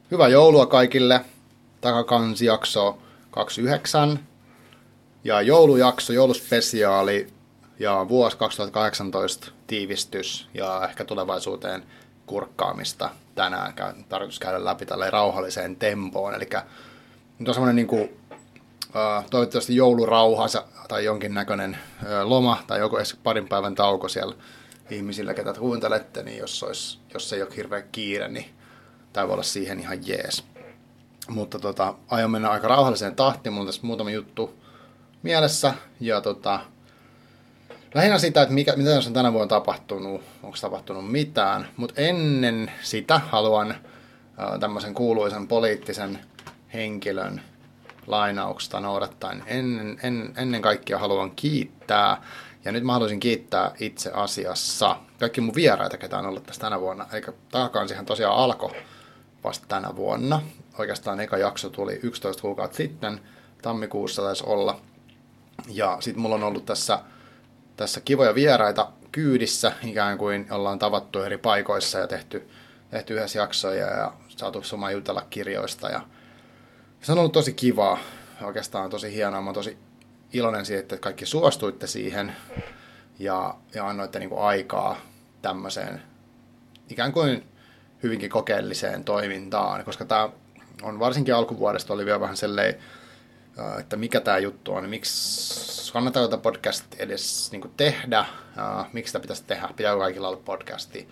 Hyvää joulua kaikille. Takakansijakso 29 ja joulujakso, jouluspesiaali ja vuosi 2018 tiivistys ja ehkä tulevaisuuteen kurkkaamista tänään. Tarkoitus käydä läpi tälleen rauhalliseen tempoon. Eli nyt on semmoinen niin toivottavasti joulurauha tai jonkinnäköinen loma tai joku parin päivän tauko siellä ihmisillä, ketä kuuntelette, niin jos ei ole hirveä kiire, niin tämä voi olla siihen ihan jees. Mutta aion mennä aika rauhalliseen tahtiin. Mulla on tässä muutama juttu mielessä. Ja lähinnä sitä, että mitä tässä on tänä vuonna tapahtunut. Onko tapahtunut mitään. Mutta ennen sitä haluan tämmöisen kuuluisen poliittisen henkilön lainauksesta noudattaen. Ennen kaikkea haluan kiittää. Ja nyt mä haluaisin kiittää itse asiassa kaikki mun vieraita, ketä on ollut tässä tänä vuonna. Eli takakansihan tosiaan alkoi vasta tänä vuonna. Oikeastaan eka jakso tuli 11 kuukautta sitten. Tammikuussa taisi olla. Ja sitten mulla on ollut tässä kivoja vieraita kyydissä, ikään kuin ollaan tavattu eri paikoissa ja tehty yhdessä jaksoja ja saatu summa jutella kirjoista. Ja se on ollut tosi kivaa, oikeastaan tosi hienoa. Mä oon tosi iloinen siitä, että kaikki suostuitte siihen ja annoitte niinku aikaa tämmöiseen ikään kuin hyvinkin kokeelliseen toimintaan, koska tämä on varsinkin alkuvuodesta oli vielä vähän selleen, että mikä tämä juttu on, miksi kannattaa tätä podcast edes niin kuin tehdä, miksi sitä pitäisi tehdä, pitääkö kaikilla olla podcasti.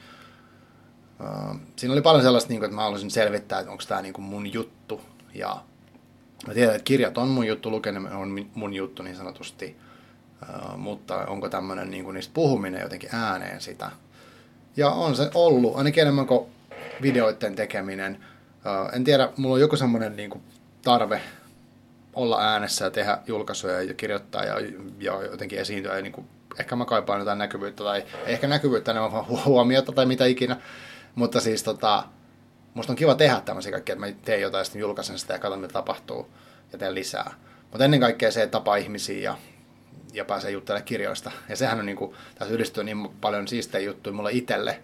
Siinä oli paljon sellaista, että mä haluaisin selvittää, että onko tämä niin kuin mun juttu, ja mä tiedän, että kirjat on mun juttu, lukeminen on mun juttu niin sanotusti, mutta onko tämmöinen niin kuin niistä puhuminen jotenkin ääneen sitä. Ja on se ollut, ainakin enemmän kuin videoiden tekeminen. En tiedä, mulla on joku semmoinen niin kuin tarve olla äänessä ja tehdä julkaisuja ja kirjoittaa ja jotenkin esiintyä. Ja niin kuin, ehkä mä kaipaan jotain näkyvyyttä tai ehkä näkyvyyttä enemmän vaan huomiota tai mitä ikinä. Mutta siis musta on kiva tehdä tämmöisiä kaikkea, että mä teen jotain, sitten julkaisen sitä ja katson mitä tapahtuu ja teen lisää. Mutta ennen kaikkea se, että tapaa ihmisiä ja pääsee juttelemaan kirjoista. Ja sehän on niin kuin, tässä yhdistyy niin paljon siistejä juttuja mulle itselle,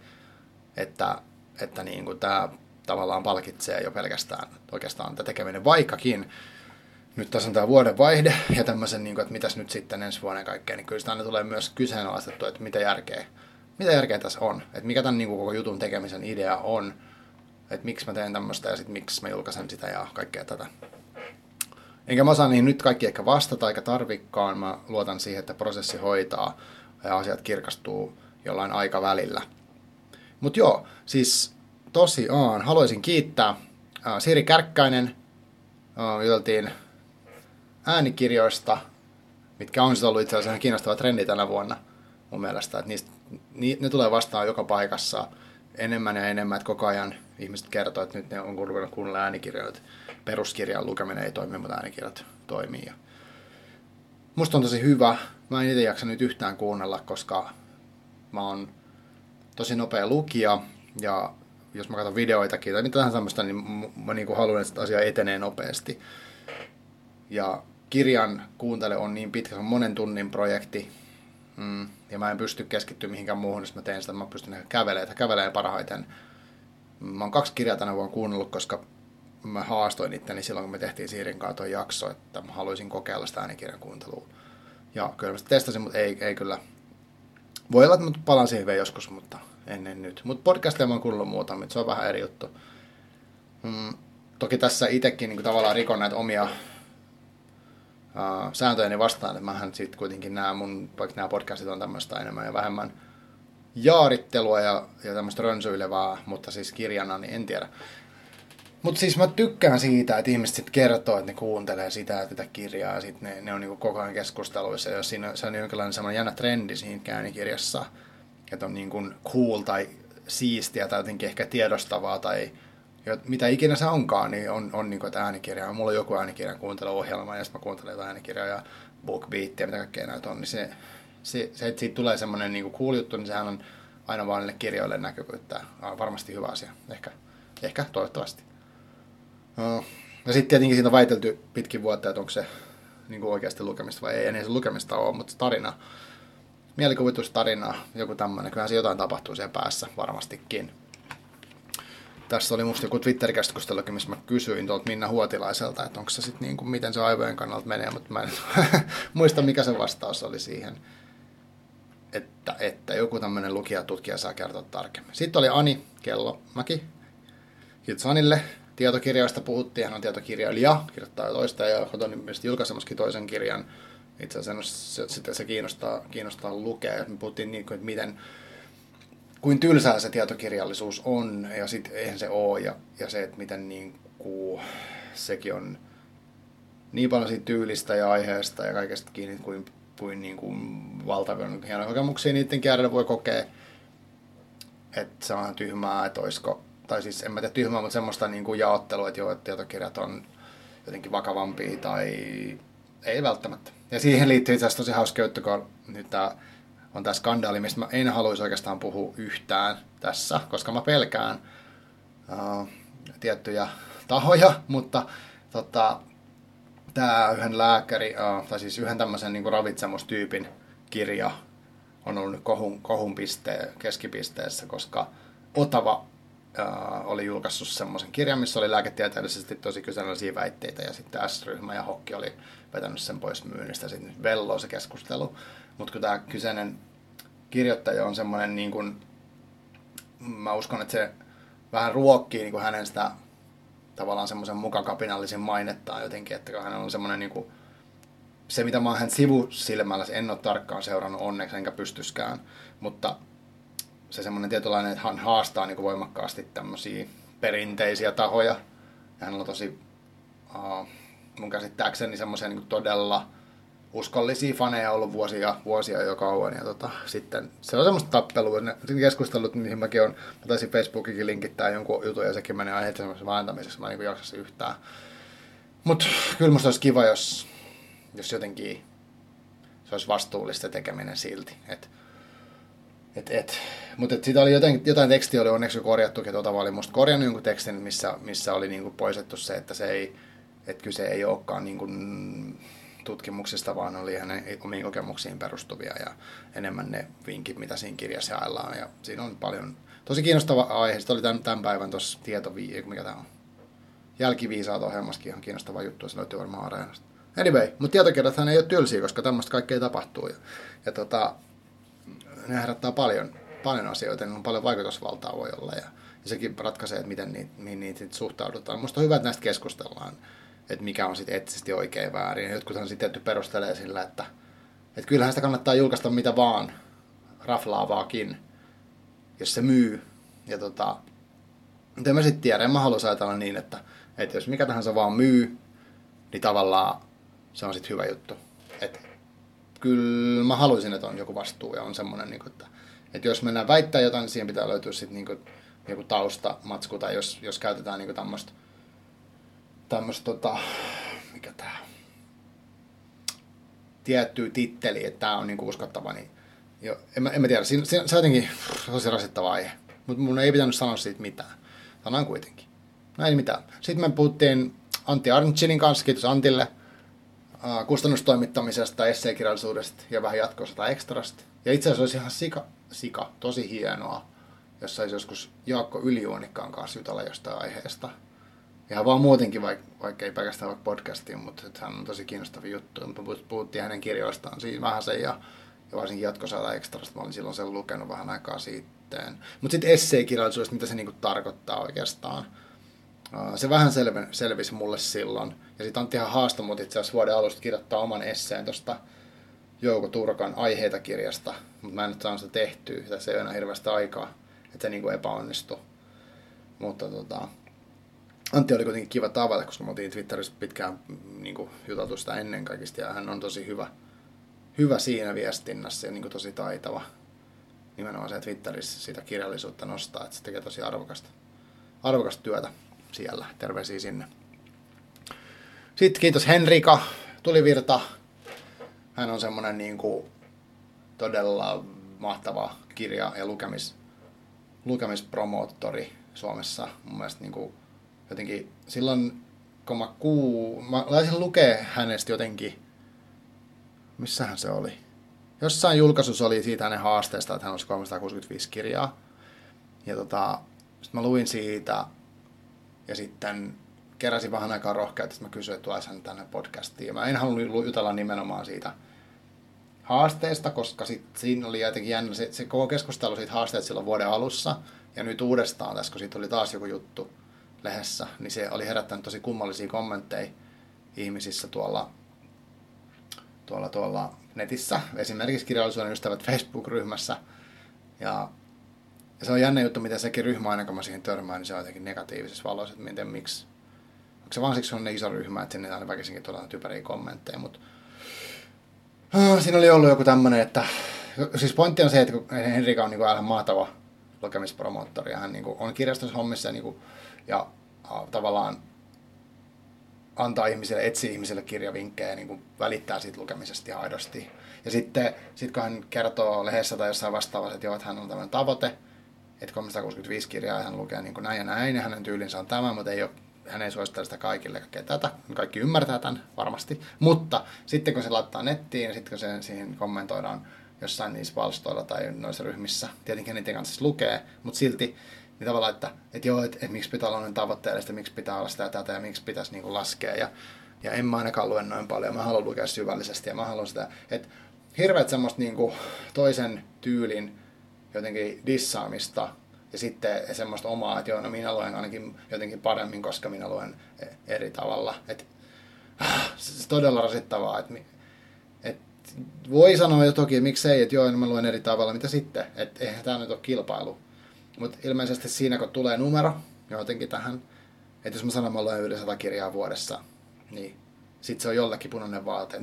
että niin kuin tämä tavallaan palkitsee jo pelkästään oikeastaan tämä tekeminen, vaikkakin nyt tässä on tämä vuodenvaihde ja tämmöisen, niin kuin, että mitäs nyt sitten ensi vuoden kaikkea, niin kyllä sitä aina tulee myös kyseenalaistettua, että mitä järkeä tässä on, että mikä tämän niin kuin koko jutun tekemisen idea on, että miksi mä teen tämmöistä ja sitten miksi mä julkaisen sitä ja kaikkea tätä. Enkä mä osaa niihin nyt kaikki ehkä vastata eikä tarvikkaan, mä luotan siihen, että prosessi hoitaa ja asiat kirkastuu jollain aikavälillä. Mutta joo, siis tosiaan haluaisin kiittää Siiri Kärkkäinen, juteltiin äänikirjoista, mitkä on ollut itse asiassa kiinnostava trendi tänä vuonna mun mielestä, että ne tulee vastaan joka paikassa enemmän ja enemmän, että koko ajan ihmiset kertoo, että nyt ne on ruvennut kuunnella äänikirjoja, että peruskirjan lukeminen ei toimi, mutta äänikirjat toimii. Ja musta on tosi hyvä, mä en itse jaksa nyt yhtään kuunnella, koska mä oon tosi nopea lukija ja jos mä katson videoitakin tai mitään tämmöistä, niin mä niin kuin haluan, että asia etenee nopeasti. Ja kirjan kuuntele on niin pitkä, se on monen tunnin projekti. Ja mä en pysty keskittymään mihinkään muuhun, jos mä teen sitä, mä pystyn ehkä kävelee parhaiten. Mä oon 2 kirjaa tänä vuonna kuunnellut, koska mä haastoin itteni silloin, kun me tehtiin Siirin kanssa toi jakso, että mä haluaisin kokeilla sitä äänikirjan kuuntelua. Ja kyllä mä sitä testasin, mutta ei kyllä. Voi olla, että mä palaan siihen vielä joskus, mutta ennen nyt. Mutta podcastia mä oon kuunnellut muutama, se on vähän eri juttu. Toki tässä itsekin niin tavallaan rikon näitä omia sääntöjeni vastaan, että mähän sitten kuitenkin vaikka nämä podcastit on tämmöistä enemmän ja vähemmän jaarittelua ja tämmöistä rönsyilevää, mutta siis kirjana, niin en tiedä. Mutta siis mä tykkään siitä, että ihmiset sitten kertoo, että ne kuuntelee sitä ja tätä kirjaa ja sitten ne on niinku koko ajan keskusteluissa. Ja jos se on jonkinlainen semmoinen jännä trendi siinä äänikirjassa, että on niin kuin cool tai siistiä tai jotenkin ehkä tiedostavaa tai mitä ikinä se onkaan, niin on niin kuin, että äänikirja. Mulla on joku äänikirjan kuunteluohjelma ja sitten mä kuuntelen jotain äänikirjaa ja BookBeatia, mitä kaikkea näitä on, niin se että siitä tulee semmoinen niin kuin cool juttu, niin sehän on aina vaan niille kirjoille näkyvyyttä. Varmasti hyvä asia. Ehkä toivottavasti. Ja sitten tietenkin siitä on väitelty pitkin vuotta, että onko se niin kuin oikeasti lukemista vai ei. Ei se lukemista ole, mutta tarina, mielikuvitustarina, joku tämmöinen. Kyllähän se jotain tapahtuu siellä päässä varmastikin. tässä oli musta joku Twitter-keskustelukin, missä mä kysyin tuolta Minna Huotilaiselta, että onko se sitten niin kuin, miten se aivojen kannalta menee, mutta mä en muista, mikä se vastaus oli siihen, että joku tämmöinen lukija-tutkija saa kertoa tarkemmin. Sitten oli Ani Kellomäki. Kiitos Anille. Tietokirjoista puhuttiin, hän on tietokirjailija, kirjoittaa toista ja on ilmeisesti julkaisemassakin toisen kirjan. Itse asiassa se kiinnostaa lukea. Me puhuttiin niin kuin, että miten, kuin tylsää se tietokirjallisuus on ja sitten eihän se ole. Ja se, että miten niin kuin, sekin on niin paljon siitä tyylistä ja aiheesta ja kaikesta kiinni kuin niin kuin valtavia hienoja kokemuksia niiden käydellä voi kokea. Että se on ihan tyhmää, että olisiko, tai siis en mä tiedä tyhmää, mutta semmoista niin kuin jaottelua, että joo, että tietokirjat on jotenkin vakavampia tai ei välttämättä. Ja siihen liittyy itse asiassa tosi hauska juttu, kun nyt on tämä skandaali, mistä mä en haluaisi oikeastaan puhua yhtään tässä, koska mä pelkään tiettyjä tahoja, mutta tämä yhden lääkäri, tai siis yhden tämmöisen niin kuin ravitsemustyypin kirja on ollut nyt kohun keskipisteessä, koska Otava oli julkaissut semmoisen kirjan, missä oli lääketieteellisesti tosi kyseenalaisia väitteitä, ja sitten S-ryhmä ja Hokki oli vetänyt sen pois myynnistä, sitten nyt velloo se keskustelu. Mutta kun tämä kyseinen kirjoittaja on semmoinen, niin kuin, mä uskon, että se vähän ruokkii niin kuin hänen sitä tavallaan semmoisen mukakapinallisen mainettaan jotenkin, että hän on semmoinen, niin kuin, se mitä mä oon hän sivusilmällä, en ole tarkkaan seurannut onneksi, enkä pystyskään, mutta se semmoinen tietynlainen, että hän haastaa niin kuin voimakkaasti tämmöisiä perinteisiä tahoja. Ja hän on tosi, mun käsittääkseni, semmoisia niin kuin todella uskollisia faneja ollut vuosia jo kauan. Ja sitten se on semmoista tappelua. Ne keskustelut, mihin mäkin on, mä taisin Facebookikin linkittää jonkun jutun, ja sekin menee aiheet semmoisen vääntämiseksi, mä en niin jaksasi yhtään. Mutta kyllä musta olisi kiva, jos jotenkin se olisi vastuullista tekeminen silti. Mutta siitä oli jotain tekstiä oli onneksi korjattu, että Otava oli musta korjannut jonkun tekstin, missä oli niinku poistettu se, että kyse ei olekaan niinku tutkimuksista, vaan oli hänen omiin kokemuksiin perustuvia ja enemmän ne vinkit, mitä siinä kirjassa jaellaan. Ja siinä on paljon tosi kiinnostava aihe. Sitten oli tämän päivän tuossa mikä tämä on? Jälkiviisaat ohjelmassakin ihan kiinnostava juttu, se löytyy varmaan Areenasta. Anyway, mutta tietokirjathan ei ole tylsiä, koska tämmöistä kaikkea tapahtuu. Ja ne herättää paljon asioita, niin on paljon vaikutusvaltaa voi olla, ja sekin ratkaisee, että mihin niitä suhtaudutaan. Minusta on hyvä, että näistä keskustellaan, että mikä on sitten eettisesti oikein väärin. Ja jotkuthan sitten tietty perustelee sillä, että kyllähän sitä kannattaa julkaista mitä vaan, raflaavaakin, jos se myy. Ja mutta en mä sitten tiedä, en mä halua ajatella niin, että jos mikä tahansa vaan myy, niin tavallaan se on sitten hyvä juttu. Kyllä mä haluaisin, että on joku vastuu ja on semmoinen, että jos mennään väittää jotain, niin siihen pitää löytyä sitten joku taustamatsku, tai jos käytetään tämmöistä mikä tää tiettyä titteliä, että tää on uskottava, niin en mä tiedä, se on jotenkin tosi rasittava aihe, mutta mun ei pitänyt sanoa siitä mitään. Sanoin kuitenkin. No ei mitään. Sitten me puhuttiin Antti Arntsilin kanssa, kiitos Antille, kustannustoimittamisesta, esseekirjallisuudesta ja vähän jatko-osasta ekstrasta. Ja itse asiassa olisi ihan sika, tosi hienoa, jos saisi joskus Jaakko Ylijuonikkaan kanssa jutella jostain aiheesta. Ihan vaan muutenkin, vaikka ei pelkästään vaikka podcastiin, mutta hän on tosi kiinnostava juttu. Me puhuttiin hänen kirjoistaan siinä vähän sen ja varsinkin jatko-osasta ekstrasta. Mä olin silloin sen lukenut vähän aikaa sitten. Mutta sitten esseekirjallisuudesta, mitä se tarkoittaa oikeastaan. Se vähän selvisi mulle silloin. Ja sitten Antti ihan haastoi mut itse asiassa vuoden alusta kirjoittaa oman esseen tuosta Jouko Turkan aiheita kirjasta. Mutta mä en nyt saanut sitä tehtyä. Tässä ei ole enää hirveästi aikaa, että se epäonnistui. Mutta Antti oli kuitenkin kiva tavata, koska me oltiin Twitterissä pitkään juteltu sitä ennen kaikista. Ja hän on tosi hyvä siinä viestinnässä ja tosi taitava. Nimenomaan se Twitterissä sitä kirjallisuutta nostaa. Että se tekee tosi arvokasta työtä siellä. Terveisiä sinne. Sitten kiitos Henrika Tulivirta. Hän on semmoinen todella mahtava kirja- ja lukemispromoottori Suomessa. Mun mielestä jotenkin silloin, kun mä laisin lukea hänestä jotenkin, missähän se oli? Jossain julkaisussa oli siitä hänen haasteesta, että hän olisi 365 kirjaa. Ja sitten mä luin siitä Ja sitten keräsin vähän aikaa rohkeutta, että mä kysyin, että tulisin hän tänne podcastiin. Ja mä en halunnut jutella nimenomaan siitä haasteesta, koska siinä oli jotenkin jännä se koko keskustelu siitä haasteesta silloin vuoden alussa. Ja nyt uudestaan tässä, kun siitä oli taas joku juttu lehdessä, niin se oli herättänyt tosi kummallisia kommentteja ihmisissä tuolla netissä. Esimerkiksi Kirjallisuuden ystävät Facebook-ryhmässä. Ja se on jännä juttu, miten sekin ryhmä, aina kun mä siihen törmään, niin se on jotenkin negatiivisessa valossa, että miksi. Onko se vaan siksi, on niin iso ryhmä, että sinne aina väkisinkin tulee typeriä kommentteja, mutta siinä oli ollut joku tämmöinen, että siis pointti on se, että kun Henrika on niin aivan mahtava lukemispromoottori, ja hän niin on kirjastossa hommissa ja tavallaan antaa ihmisille, etsii ihmisille kirjavinkkejä ja niin välittää siitä lukemisesta ihan aidosti. Ja sitten kun hän kertoo lehdessä tai jossain vastaavassa, että joo, että hän on tämmöinen tavoite, että 365 kirjaa ja hän lukee niin näin ja näin, ja hänen tyylinsä on tämä, mutta hän ei suosittele sitä kaikille kaikkea tätä. Kaikki ymmärtää tämän varmasti. Mutta sitten kun se laittaa nettiin ja sitten kun se siihen kommentoidaan jossain niissä palstoilla tai noissa ryhmissä, tietenkin niiden kanssa lukee, mutta silti niin tavallaan, että joo, että miksi pitää olla noin tavoitteellista, miksi pitää olla sitä ja tätä ja miksi pitäisi niin kuin laskea. Ja en mä ainakaan lue noin paljon, mä haluan lukea syvällisesti ja mä haluan sitä, että hirveät semmoista niin kuin toisen tyylin jotenkin dissaamista ja sitten semmoista omaa, että joo, no minä luen ainakin jotenkin paremmin, koska minä luen eri tavalla. Että se on todella rasittavaa, että voi sanoa jo toki, että miksei, että joo, no mä luen eri tavalla, mitä sitten, että eihän tämä nyt ole kilpailu. Mutta ilmeisesti siinä, kun tulee numero jotenkin tähän, että jos mä sanon, että mä luen yli 100 kirjaa vuodessa, niin sitten se on jollekin punainen vaate,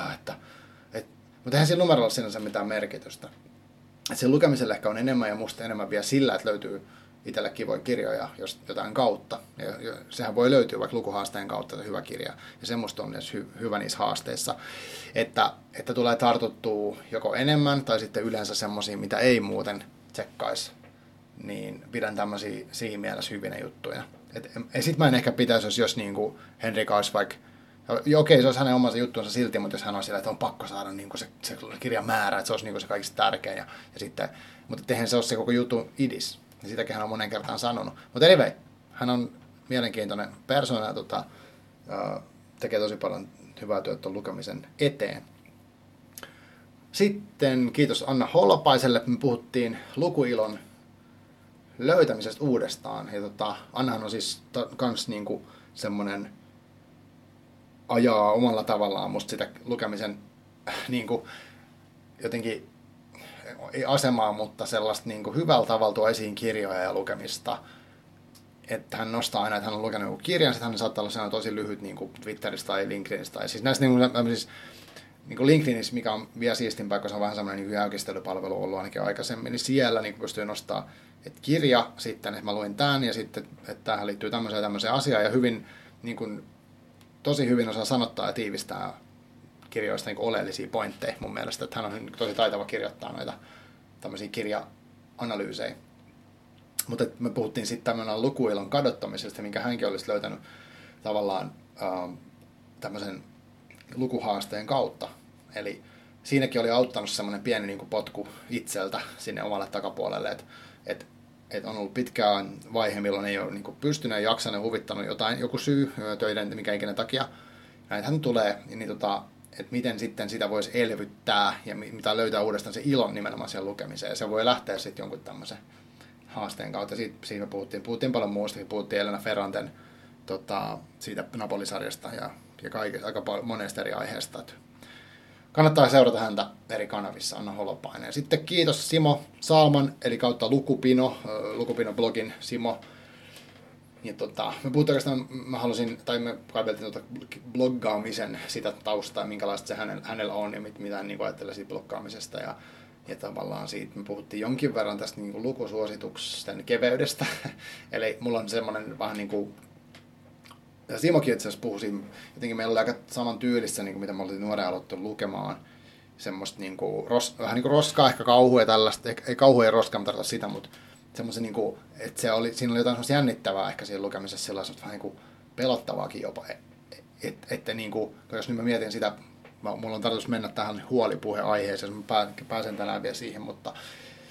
mutta eihän sillä numerolla sinänsä mitään merkitystä. Et sen lukemiselle ehkä on enemmän ja musta enemmän vielä sillä, että löytyy itselle kivoja kirjoja jotain kautta. Ja sehän voi löytyä vaikka lukuhaasteen kautta se hyvä kirja. Ja semmoista on myös hyvä niissä haasteissa, että tulee tartuttua joko enemmän tai sitten yleensä semmoisia, mitä ei muuten tsekkaisi. Niin pidän tämmöisiä siinä mielessä hyvinä juttuja. Sitten mä en ehkä pitäisi, jos niinku Henrika olisi vaikka, okei, se olisi hänen omansa juttuunsa silti, mutta jos hän on sillä, että on pakko saada niinku se kirjan määrä, että se olisi niinku se kaikista tärkein. Ja sitten, mutta eihän se ole se koko jutun idis. Ja sitäkin hän on monen kertaan sanonut. Mutta anyway, hän on mielenkiintoinen persoona ja tekee tosi paljon hyvää työtä lukemisen eteen. Sitten kiitos Anna Holopaiselle. Me puhuttiin lukuilon löytämisestä uudestaan. Ja Annahan on siis kans niinku semmonen ajaa omalla tavallaan musta sitä lukemisen niinku jotenkin ei asemaa, mutta sellaista niinku hyvällä tavalla tuo esiin kirjoja ja lukemista. Että hän nostaa aina, että hän on lukenut joku kirjan, sitten hän saattaa olla sellainen tosi lyhyt niinku Twitterissä tai LinkedInissä. Tai siis näissä niinku LinkedInissä, mikä on vielä siistimpää, koska se on vähän semmoinen niinku jäykistelypalvelu ollut ainakin aikaisemmin, niin siellä niinku pystyy nostaa, että kirja sitten, että mä luin tämän ja sitten, että tähän liittyy tämmöiseen asiaan ja hyvin, niinku, tosi hyvin osaa sanottaa ja tiivistää kirjoista niinku oleellisia pointteja mun mielestä, että hän on tosi taitava kirjoittaa noita tämmöisiä kirja-analyysejä. Mutta me puhuttiin sitten tämmöinen lukuilon kadottamisesta, minkä hänkin olisi löytänyt tavallaan tämmöisen lukuhaasteen kautta. Eli siinäkin oli auttanut semmoinen pieni niin kuin potku itseltä sinne omalle takapuolelle, että on ollut pitkään vaihe, milloin ei ole niin kuin pystynyt ja jaksanut, huvittanut joku syy töiden, mikä ikinä takia. Näitähän tulee, niin että miten sitten sitä voisi elvyttää ja mitä löytää uudestaan se ilon nimenomaan siihen lukemiseen. Ja se voi lähteä sitten jonkun tämmöisen haasteen kautta. Siitä puhuttiin paljon muustakin. Puhuttiin Elena Ferranten siitä Napoli-sarjasta ja aika monesta eri aiheesta. Kannattaa seurata häntä eri kanavissa, Anna Holopainen. Sitten kiitos Simo Saalman, eli kautta Lukupino-blogin Simo. Ja me puhuttiin oikeastaan, me kaiveltiin bloggaamisen sitä taustaa, minkälaista se hänellä on ja mitä hän niin ajattelee siitä bloggaamisesta. Ja tavallaan siitä me puhuttiin jonkin verran tästä niin kuin lukusuositusten keveydestä. Eli mulla on semmoinen vähän niin kuin, ja Simokin itse asiassa puhui siinä, jotenkin meillä oli aika saman tyylistä, niin kuin mitä me oltiin nuoren aloittu lukemaan. Semmoista niin kuin, vähän niin kuin roskaa, ehkä kauhua ja tällaista, ei kauhua ja roskaa, mutta sitä, mutta semmoisen, niin kuin, että siinä oli jotain semmoista jännittävää ehkä siinä lukemisessa, sellaista vähän niin kuin pelottavaakin jopa. Että niin kuin, jos nyt mä mietin sitä, mulla on tarkoitus mennä tähän huolipuheaiheeseen, jos mä pääsen tänään vielä siihen, mutta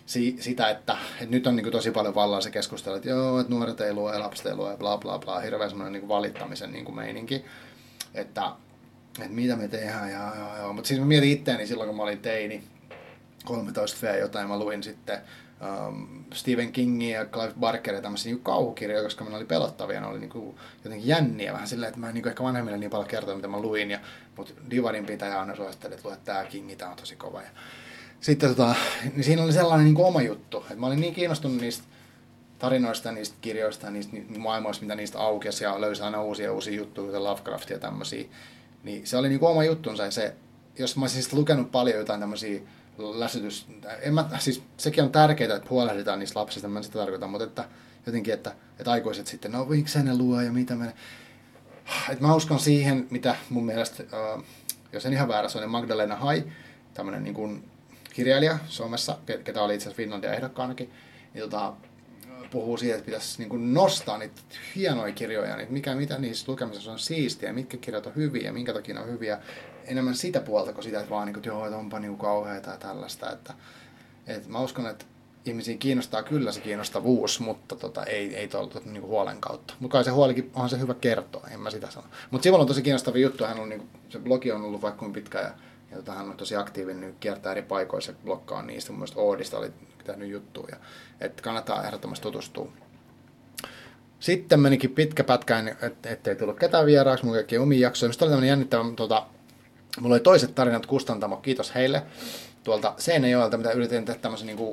sitä, että nyt on niin kuin tosi paljon vallaa se keskustelu, että joo, että nuoret ei lue, lapset ei lue, bla bla bla, hirveä semmoinen niin kuin valittamisen niin kuin meininki, että mitä me tehdään, ja. Mutta siis mä mietin itteeni silloin, kun mä olin teini, 13 V jotain, mä luin sitten Stephen Kingia ja Clive Barkeria tämmöisiä niin kauhukirjoja, koska ne oli pelottavia, ne oli niin kuin jotenkin jänniä vähän silleen, että mä en niin kuin ehkä vanhemmille niin paljon kertoa, mitä mä luin, mutta Divarin pitäjä aina suositteli, että lue tää Kingi, tää on tosi kova. Ja sitten niin siinä oli sellainen niin kuin oma juttu, että mä olin niin kiinnostunut niistä tarinoista ja niistä kirjoista ja niistä maailmoista, mitä niistä aukesi ja löysi aina uusia juttuja, kuten Lovecraftia ja tämmöisiä. Niin se oli niin kuin oma juttunsa ja se, jos mä olisin lukenut paljon jotain tämmöisiä siis sekin on tärkeää, että huolehditaan niistä lapsista, mä en sitä tarkoita, mutta että jotenkin, että aikuiset sitten, no miksi ne luo ja mitä me. Että mä uskon siihen, mitä mun mielestä, jos en ihan väärässä on, niin Magdalena Hai, tämmöinen niin kuin kirjailija Suomessa, ketä oli itse asiassa Finlandia ehdokkaanakin, niin puhuu siitä, että pitäisi niin kuin nostaa niitä hienoja kirjoja, niin mitä niissä lukemisessa on siistiä, mitkä kirjat on hyviä ja minkä takia ne on hyviä. Enemmän sitä puolta kuin sitä, että vaan että joo, että onpa niin kauheata ja tällaista. Että mä uskon, että ihmisiä kiinnostaa kyllä se kiinnostavuus, mutta ei tuolla niin huolen kautta. Mutta kai se huolikin, onhan se hyvä kertoa, en mä sitä sano. Mutta Simolla on tosi kiinnostavia juttuja, hän on, niin kuin, se blogi on ollut vaikka kuin pitkä ja hän on tosi aktiivinen, niin kiertää eri paikoissa ja blokkaa niistä. Mun mielestä Oodista oli tehnyt juttuja, että kannattaa ehdottomasti tutustua. Sitten menikin pitkä pätkä, ettei tullut ketään vieraaksi, mun kaikki omia jaksoja. Mistä oli tämmöinen jännittävä, mulla oli toiset tarinat kustantamo, kiitos heille, tuolta Seinäjoelta, mitä yritin tehdä tämmöisen niinku,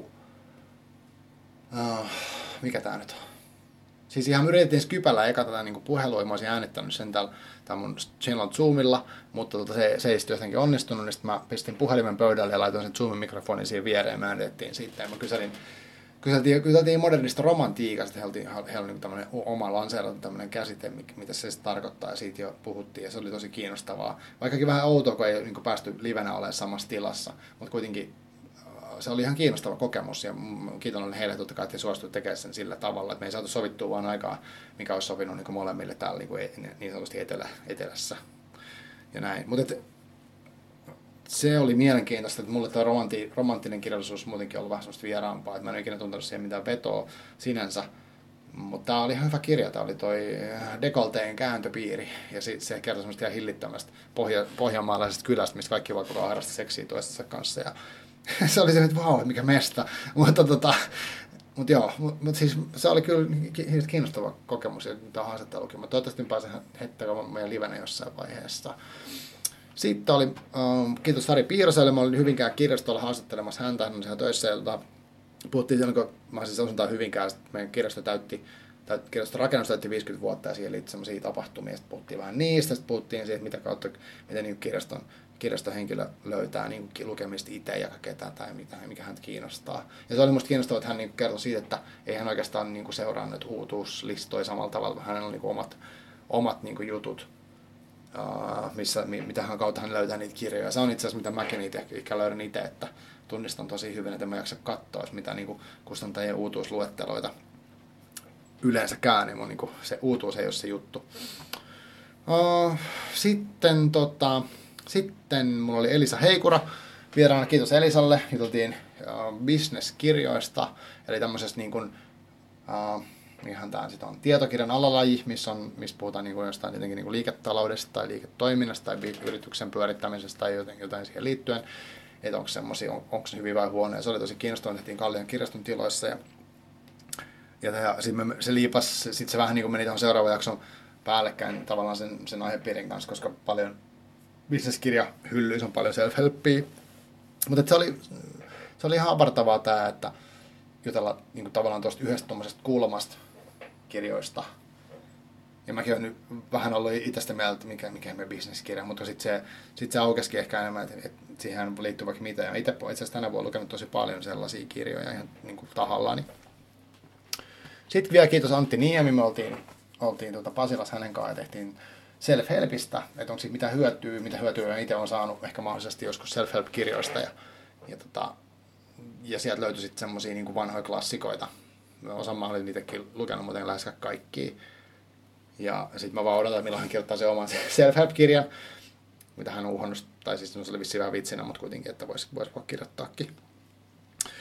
mikä tää nyt on? Siis ihan yritettiin Skypällä eka tätä niinku puhelua, mä olisin äänittänyt sen täällä mun channel Zoomilla, mutta se ei sitten jotenkin onnistunut, niin sitten mä pistin puhelimen pöydälle ja laitoin sen Zoomin mikrofonin siihen viereen ja me äänitettiin siitä. Ja mä kyseltiin modernista romantiikasta, heillä oli niin tämmöinen oma lanseerattu tämmöinen käsite, mitä se sitten tarkoittaa, ja siitä jo puhuttiin, ja se oli tosi kiinnostavaa. Vaikkakin vähän outoa, kun ei niin päästy livenä olemaan samassa tilassa, mutta kuitenkin se oli ihan kiinnostava kokemus, ja kiitos heille totta kai, että he suostuivat tekemään sen sillä tavalla, että me ei saatu sovittua vaan aikaa, mikä olisi sopinut niin molemmille täällä niin sanotusti etelässä ja näin. Mutta se oli mielenkiintoista, että mulle tuo romanttinen kirjallisuus muutenkin on ollut vähän semmoista vieraampaa, että mä en ole ikinä tuntenut siihen mitään vetoa sinänsä. Mutta tämä oli ihan hyvä kirja, tämä oli toi Dekolteen kääntöpiiri, ja se kertoi semmoista ihan hillittömästä pohjanmaalaisesta kylästä, missä kaikki vaikka harrasta seksiä toistensa kanssa, ja se oli se, että vau, mikä mesta, mutta siis se oli kyllä kiinnostava kokemus, ja tämä haastattelukin, mutta toivottavasti pääsen heittämään meidän livenä jossain vaiheessa. Sitten oli, kiitos Sari Piiroselle, mä olin Hyvinkään kirjastolla haastattelemassa häntä, hän on siellä töissä, ja puhuttiin silloin, kun mä siis asuntaan Hyvinkään, meidän kirjaston rakennus täytti 50 vuotta, ja siihen liittyi sellaisia tapahtumia, ja sitten puhuttiin vähän niistä, sitten puhuttiin siitä, mitä kautta, miten niin kirjaston henkilö löytää niin lukemista itse ja ketään tai mikä häntä kiinnostaa. Ja se oli musta kiinnostavaa, että hän niin kertoi siitä, että ei hän oikeastaan niin seuraa nyt uutuuslistoja samalla tavalla, vaan hänellä on niin omat niin jutut, mitä hän kautta hän löytää niitä kirjoja. Se on itse asiassa, mitä mäkin niitä ehkä löydän itse, että tunnistan tosi hyvin, että en mä jaksa katsoa, mitä niin kustantajien uutuusluetteloita yleensäkään, niin se uutuus ei ole se juttu. Sitten mulla oli Elisa Heikura vieraana, kiitos Elisalle, juteltiin business-kirjoista, eli tämmöisestä niin kuin, ihan tämä on tietokirjan alalaji, missä puhutaan niin kuin jostain jotenkin niin kuin liiketaloudesta tai liiketoiminnasta tai yrityksen pyörittämisestä tai jotain siihen liittyen, että onko se hyviä vai huonoja. Se oli tosi kiinnostavaa, tehtiin Kallion kirjaston tiloissa ja sitten se liipas, sitten se vähän niin kuin meni tuohon seuraavan jakson päällekkäin tavallaan sen aihepiirin kanssa, koska paljon business-kirjahyllyissä on paljon self-helppia. Mutta se oli ihan avartavaa tämä, että jutella niin kuin tavallaan tuosta yhdestä tuommoisesta kulmasta kirjoista. Ja mäkin olen nyt vähän ollut itsestä mieltä, mikä me business-kirja, mutta sitten se aukesikin ehkä enemmän, että siihen liittyy vaikka mitä. Ja itse asiassa tänä vuonna lukenut tosi paljon sellaisia kirjoja ihan niin kuin tahallani. Sitten vielä kiitos Antti Niemi, me oltiin Pasilassa hänen kanssaan ja tehtiin self-helpistä, että onko siitä mitä hyötyä itse on saanut ehkä mahdollisesti joskus self-help-kirjoista ja sieltä löytyi sitten semmosia niin kuin vanhoja klassikoita. Osan mä olin niitäkin lukenut, muuten lähes kaikkia. Ja sitten mä vaan odotan, milloin hän kirjoittaa sen oman self-help-kirjan, mitä hän on uhannut, tai siis se oli vissiin vähän vitsinä, mutta kuitenkin, että vois kirjoittaakin.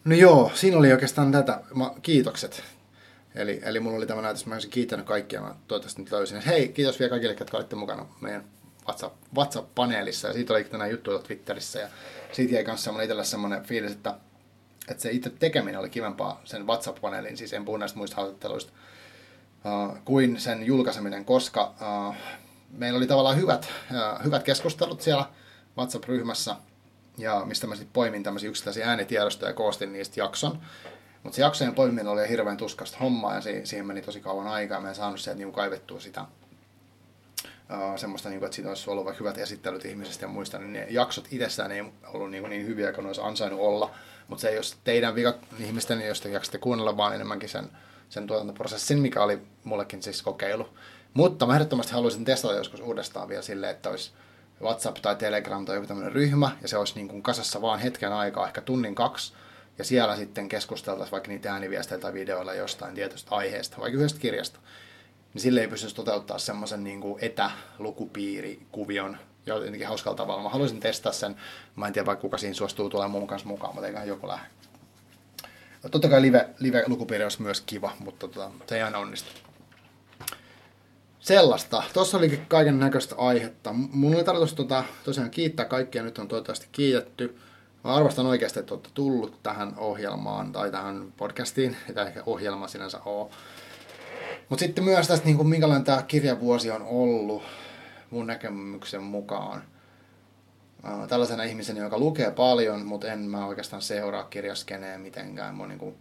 No joo, siinä oli oikeastaan tätä. Kiitokset. Eli mulla oli tämä näytös, mä olisin kiittänyt kaikkia, mä toivottavasti nyt löysin. Hei, kiitos vielä kaikille, jotka olitte mukana meidän WhatsApp-paneelissa, ja siitä oli tänään juttuja Twitterissä, ja siitä jäi myös itsellä semmoinen fiilis, että se itse tekeminen oli kivempaa sen WhatsApp-paneelin, siis en puhu näistä muista haastatteluista, kuin sen julkaiseminen, koska meillä oli tavallaan hyvät keskustelut siellä WhatsApp-ryhmässä, ja mistä mä sitten poimin tämmöisiä yksittäisiä äänitiedostoja ja koostin niistä jakson. Mutta se jaksojen poimiminen oli hirveän tuskasta hommaa, ja siihen meni tosi kauan aikaa, ja mä en saanut sieltä niinku kaivettua sitä semmoista, niinku, että siitä olisi ollut vaikka hyvät esittelyt ihmisistä ja muista, niin ne jaksot itsessään ei ollut niin hyviä kuin ne olisi ansainnut olla. Mutta se ei ole teidän vika ihmisten, jos te jaksatte kuunnella, vaan enemmänkin sen tuotantoprosessin, mikä oli mullekin siis kokeilu. Mutta mä ehdottomasti haluaisin testata joskus uudestaan vielä silleen, että olisi WhatsApp tai Telegram tai joku tämmöinen ryhmä, ja se olisi niin kuin kasassa vaan hetken aikaa, ehkä tunnin 2, ja siellä sitten keskusteltaisiin vaikka niitä ääniviesteillä tai videoilla jostain tietystä aiheesta, vaikka yhdestä kirjasta. Niin sille ei pystyisi toteuttaa semmoisen niin kuin etälukupiirikuvion jotenkin hauskalla tavalla. Mä haluaisin testaa sen, mä en tiedä vaikka kuka siinä suostuu tulemaan mun kanssa mukaan, mutta eiköhän joku lähde. Totta kai live-lukupiiri olisi myös kiva, mutta se ei aina onnistu. Sellaista. Tuossa olikin kaiken näköistä aihetta. Mun oli tarkoitus tosiaan kiittää kaikkia, nyt on toivottavasti kiitetty. Mä arvostan oikeasti, että olette tullut tähän ohjelmaan tai tähän podcastiin, ei ehkä ohjelma sinänsä ole. Mutta sitten myös tästä, niin minkälainen tämä kirjavuosi on ollut mun näkemyksen mukaan. Tällaisena ihmisenä, joka lukee paljon, mutta en mä oikeastaan seuraa kirjaskeneen mitenkään.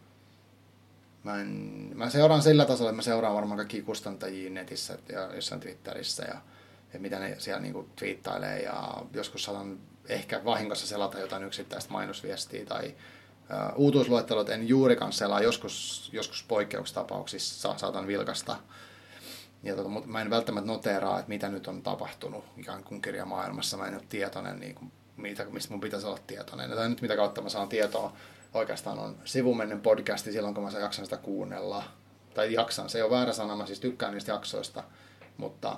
Mä seuraan sillä tasolla, että mä seuraan varmaan kaikkia kustantajia netissä ja jossain Twitterissä ja mitä ne siellä niinku twiittailee, ja joskus saatan ehkä vahingossa selata jotain yksittäistä mainosviestiä tai uutuusluettelot en juurikaan selaa, joskus poikkeuksetapauksissa saatan vilkasta. Mutta mä en välttämättä noteeraa, että mitä nyt on tapahtunut ikään kuin kirjamaailmassa. Mä en ole tietoinen, niin kuin, mistä mun pitäisi olla tietoinen. Tai nyt mitä kautta mä saan tietoa oikeastaan on sivumennen podcasti silloin, kun mä jaksan sitä kuunnella. Tai jaksan, se ei ole väärä sana, mä siis tykkään niistä jaksoista, mutta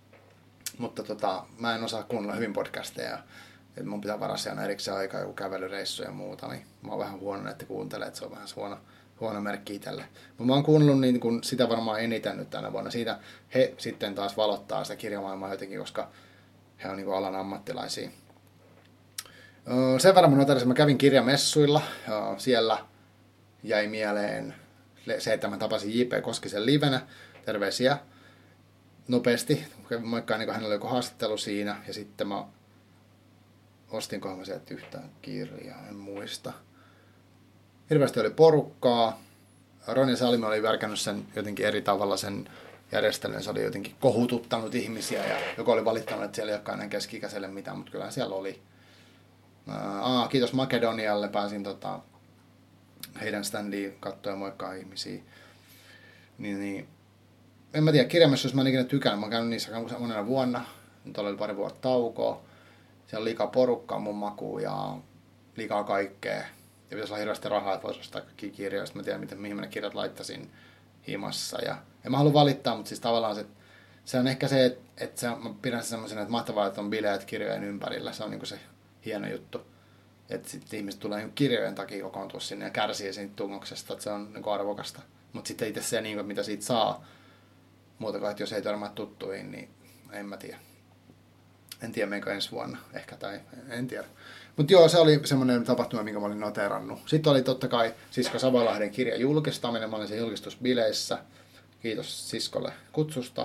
mä en osaa kuunnella hyvin podcasteja. Et mun pitää varaa aina erikseen aikaa, joku kävelyreissu ja muuta, niin mä oon vähän huono, että kuuntelee, että se on vähän huono merkki itselle. Mutta mä oon kuunnellut niin kun sitä varmaan eniten nyt tänä vuonna. Siitä he sitten taas valottaa sitä kirjamaailmaa jotenkin, koska he on niin alan ammattilaisia. Sen verran mä kävin kirjamessuilla. Siellä jäi mieleen se, että mä tapasin J.P. Koskisen livenä. Terveisiä nopeasti. Moikkaan, niin hänellä oli joku haastattelu siinä. Ja sitten mä ostinkohan mä sieltä yhtään kirjaa, en muista. Hirveästi oli porukkaa. Ronja Salmi oli värkännyt sen jotenkin eri tavalla sen järjestelyn. Se oli jotenkin kohututtanut ihmisiä ja joku oli valittanut, että siellä ei olekaan enää keski-ikäiselle mitään, mutta kyllä siellä oli. Kiitos Makedonialle, pääsin heidän standiin katsoa ja moikkaa ihmisiä. Niin. En mä tiedä, kirjamessuissa mä en ikinä tykännyt. Mä oon käynyt niissä monena vuonna. Nyt oli pari vuotta taukoa. Siellä on liikaa porukkaa mun makuun ja liikaa kaikkea. Ja pitäisi olla hirveästi rahaa, että voisi ostaa kaikkia kirjoja. Sitten mä tiedän, mihin mä ne kirjat laittaisin himassa. Ja en mä halua valittaa, mutta siis tavallaan se on ehkä se, että mä pidän se semmoisena, että mahtavaa, että on bileet kirjojen ympärillä. Se on niinku se hieno juttu. Että sitten ihmiset tulee niinku kirjojen takia kokoontua sinne ja kärsii siitä tungoksesta, että se on niinku arvokasta. Mutta sitten itse se, niinku, mitä siitä saa, muuta kuin, että jos ei törmää tuttuihin, niin en mä tiedä. En tiedä, meikö ensi vuonna ehkä, tai en tiedä. Mutta joo, se oli semmoinen tapahtuma, minkä mä olin noterannut. Sitten oli totta kai Sisko Savolahden kirjan julkistaminen. Mä olin sen julkistusbileissä. Kiitos Siskolle kutsusta.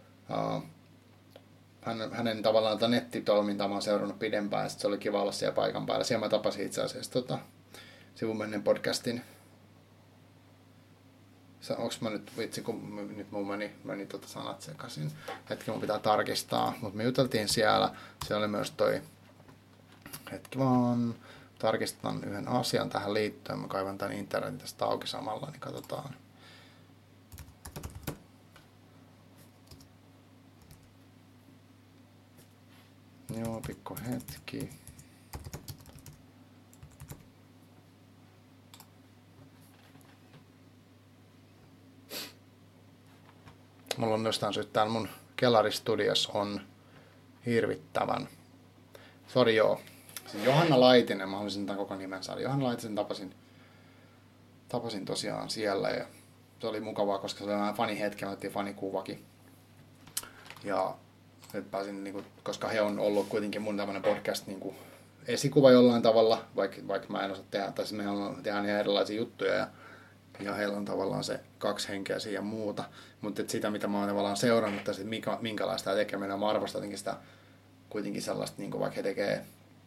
Hänen tavallaan nettitoimintaa mä oon seurannut pidempään, ja se oli kiva olla siellä paikan päällä. Siellä mä tapasin itse asiassa sivumennen podcastin. Onko mä nyt, vitsi, kun nyt mun meni sanat sekaisin. Hetki mun pitää tarkistaa, mutta me juteltiin siellä. Se oli myös hetki vaan, tarkistan yhden asian tähän liittyen. Mä kaivan tän internetin tästä auki samalla, niin katsotaan. Joo, pikku hetki. Mulla on jostain syystä täällä mun kellaristudios on hirvittävän. Sori joo. Siis Johanna Laitinen, mä haluaisin tämän koko nimen saada. Johanna Laitisen tapasin tapasin tosiaan siellä ja se oli mukavaa, koska se oli vähän fanihetki, me otettiin fanikuvakin. Ja nyt pääsin, niin kuin, koska he on ollut kuitenkin mun tämmöinen podcast niin kuin esikuva jollain tavalla, vaikka mä en osaa tehdä, tai me tehdään ihan erilaisia juttuja ja heillä on tavallaan se 2 henkeä siinä ja muuta. Mutta sitä, mitä mä oon tavallaan seurannut, tai minkälaista tämä tekeminen, mä arvostan jotenkin sitä kuitenkin sellaista, niin kuin vaikka he tekee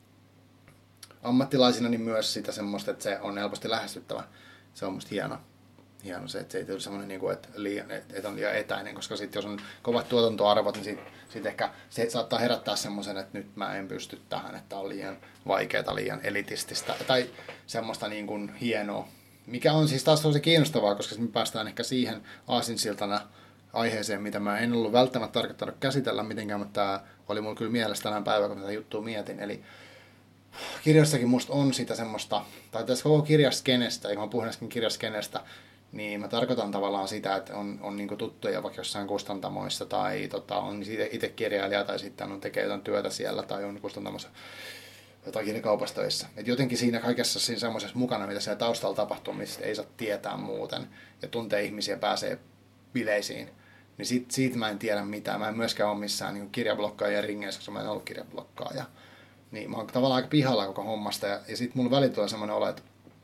ammattilaisina, niin myös sitä semmoista, että se on helposti lähestyttävä. Se on musta hieno se, että se ei tule semmoinen, niin että on liian etäinen, koska sitten jos on kovat tuotantoarvot, niin sit ehkä se saattaa herättää semmoisen, että nyt mä en pysty tähän, että on liian vaikeaa, liian elitististä tai semmoista niin kuin hienoa. Mikä on siis taas tosi kiinnostavaa, koska me päästään ehkä siihen aasinsiltana aiheeseen, mitä mä en ollut välttämättä tarkoittanut käsitellä mitenkään, mutta tämä oli mulla kyllä mielessä tänään päivänä, kun tätä juttua mietin. Eli kirjassakin musta on sitä semmoista, tai tässä koko kirjaskenestä, ja kun mä puhun äsken kirjaskenestä, niin mä tarkoitan tavallaan sitä, että on niinku tuttuja vaikka jossain kustantamoissa, tai on itse kirjailija, tai sitten on tekee jotain työtä siellä, tai on kustantamassa jotain kirjakaupassa töissä. Et jotenkin siinä kaikessa siinä semmoisessa mukana, mitä siellä taustalla tapahtuu, mistä ei saa tietää muuten, ja tuntee ihmisiä, pääsee bileisiin, niin siitä mä en tiedä mitään. Mä en myöskään ole missään niin kirjablokkaajien ringeissä, koska mä en ollut kirjablokkaaja. Niin mä oon tavallaan aika pihalla koko hommasta, ja sit mulla välillä tulee semmoinen olo,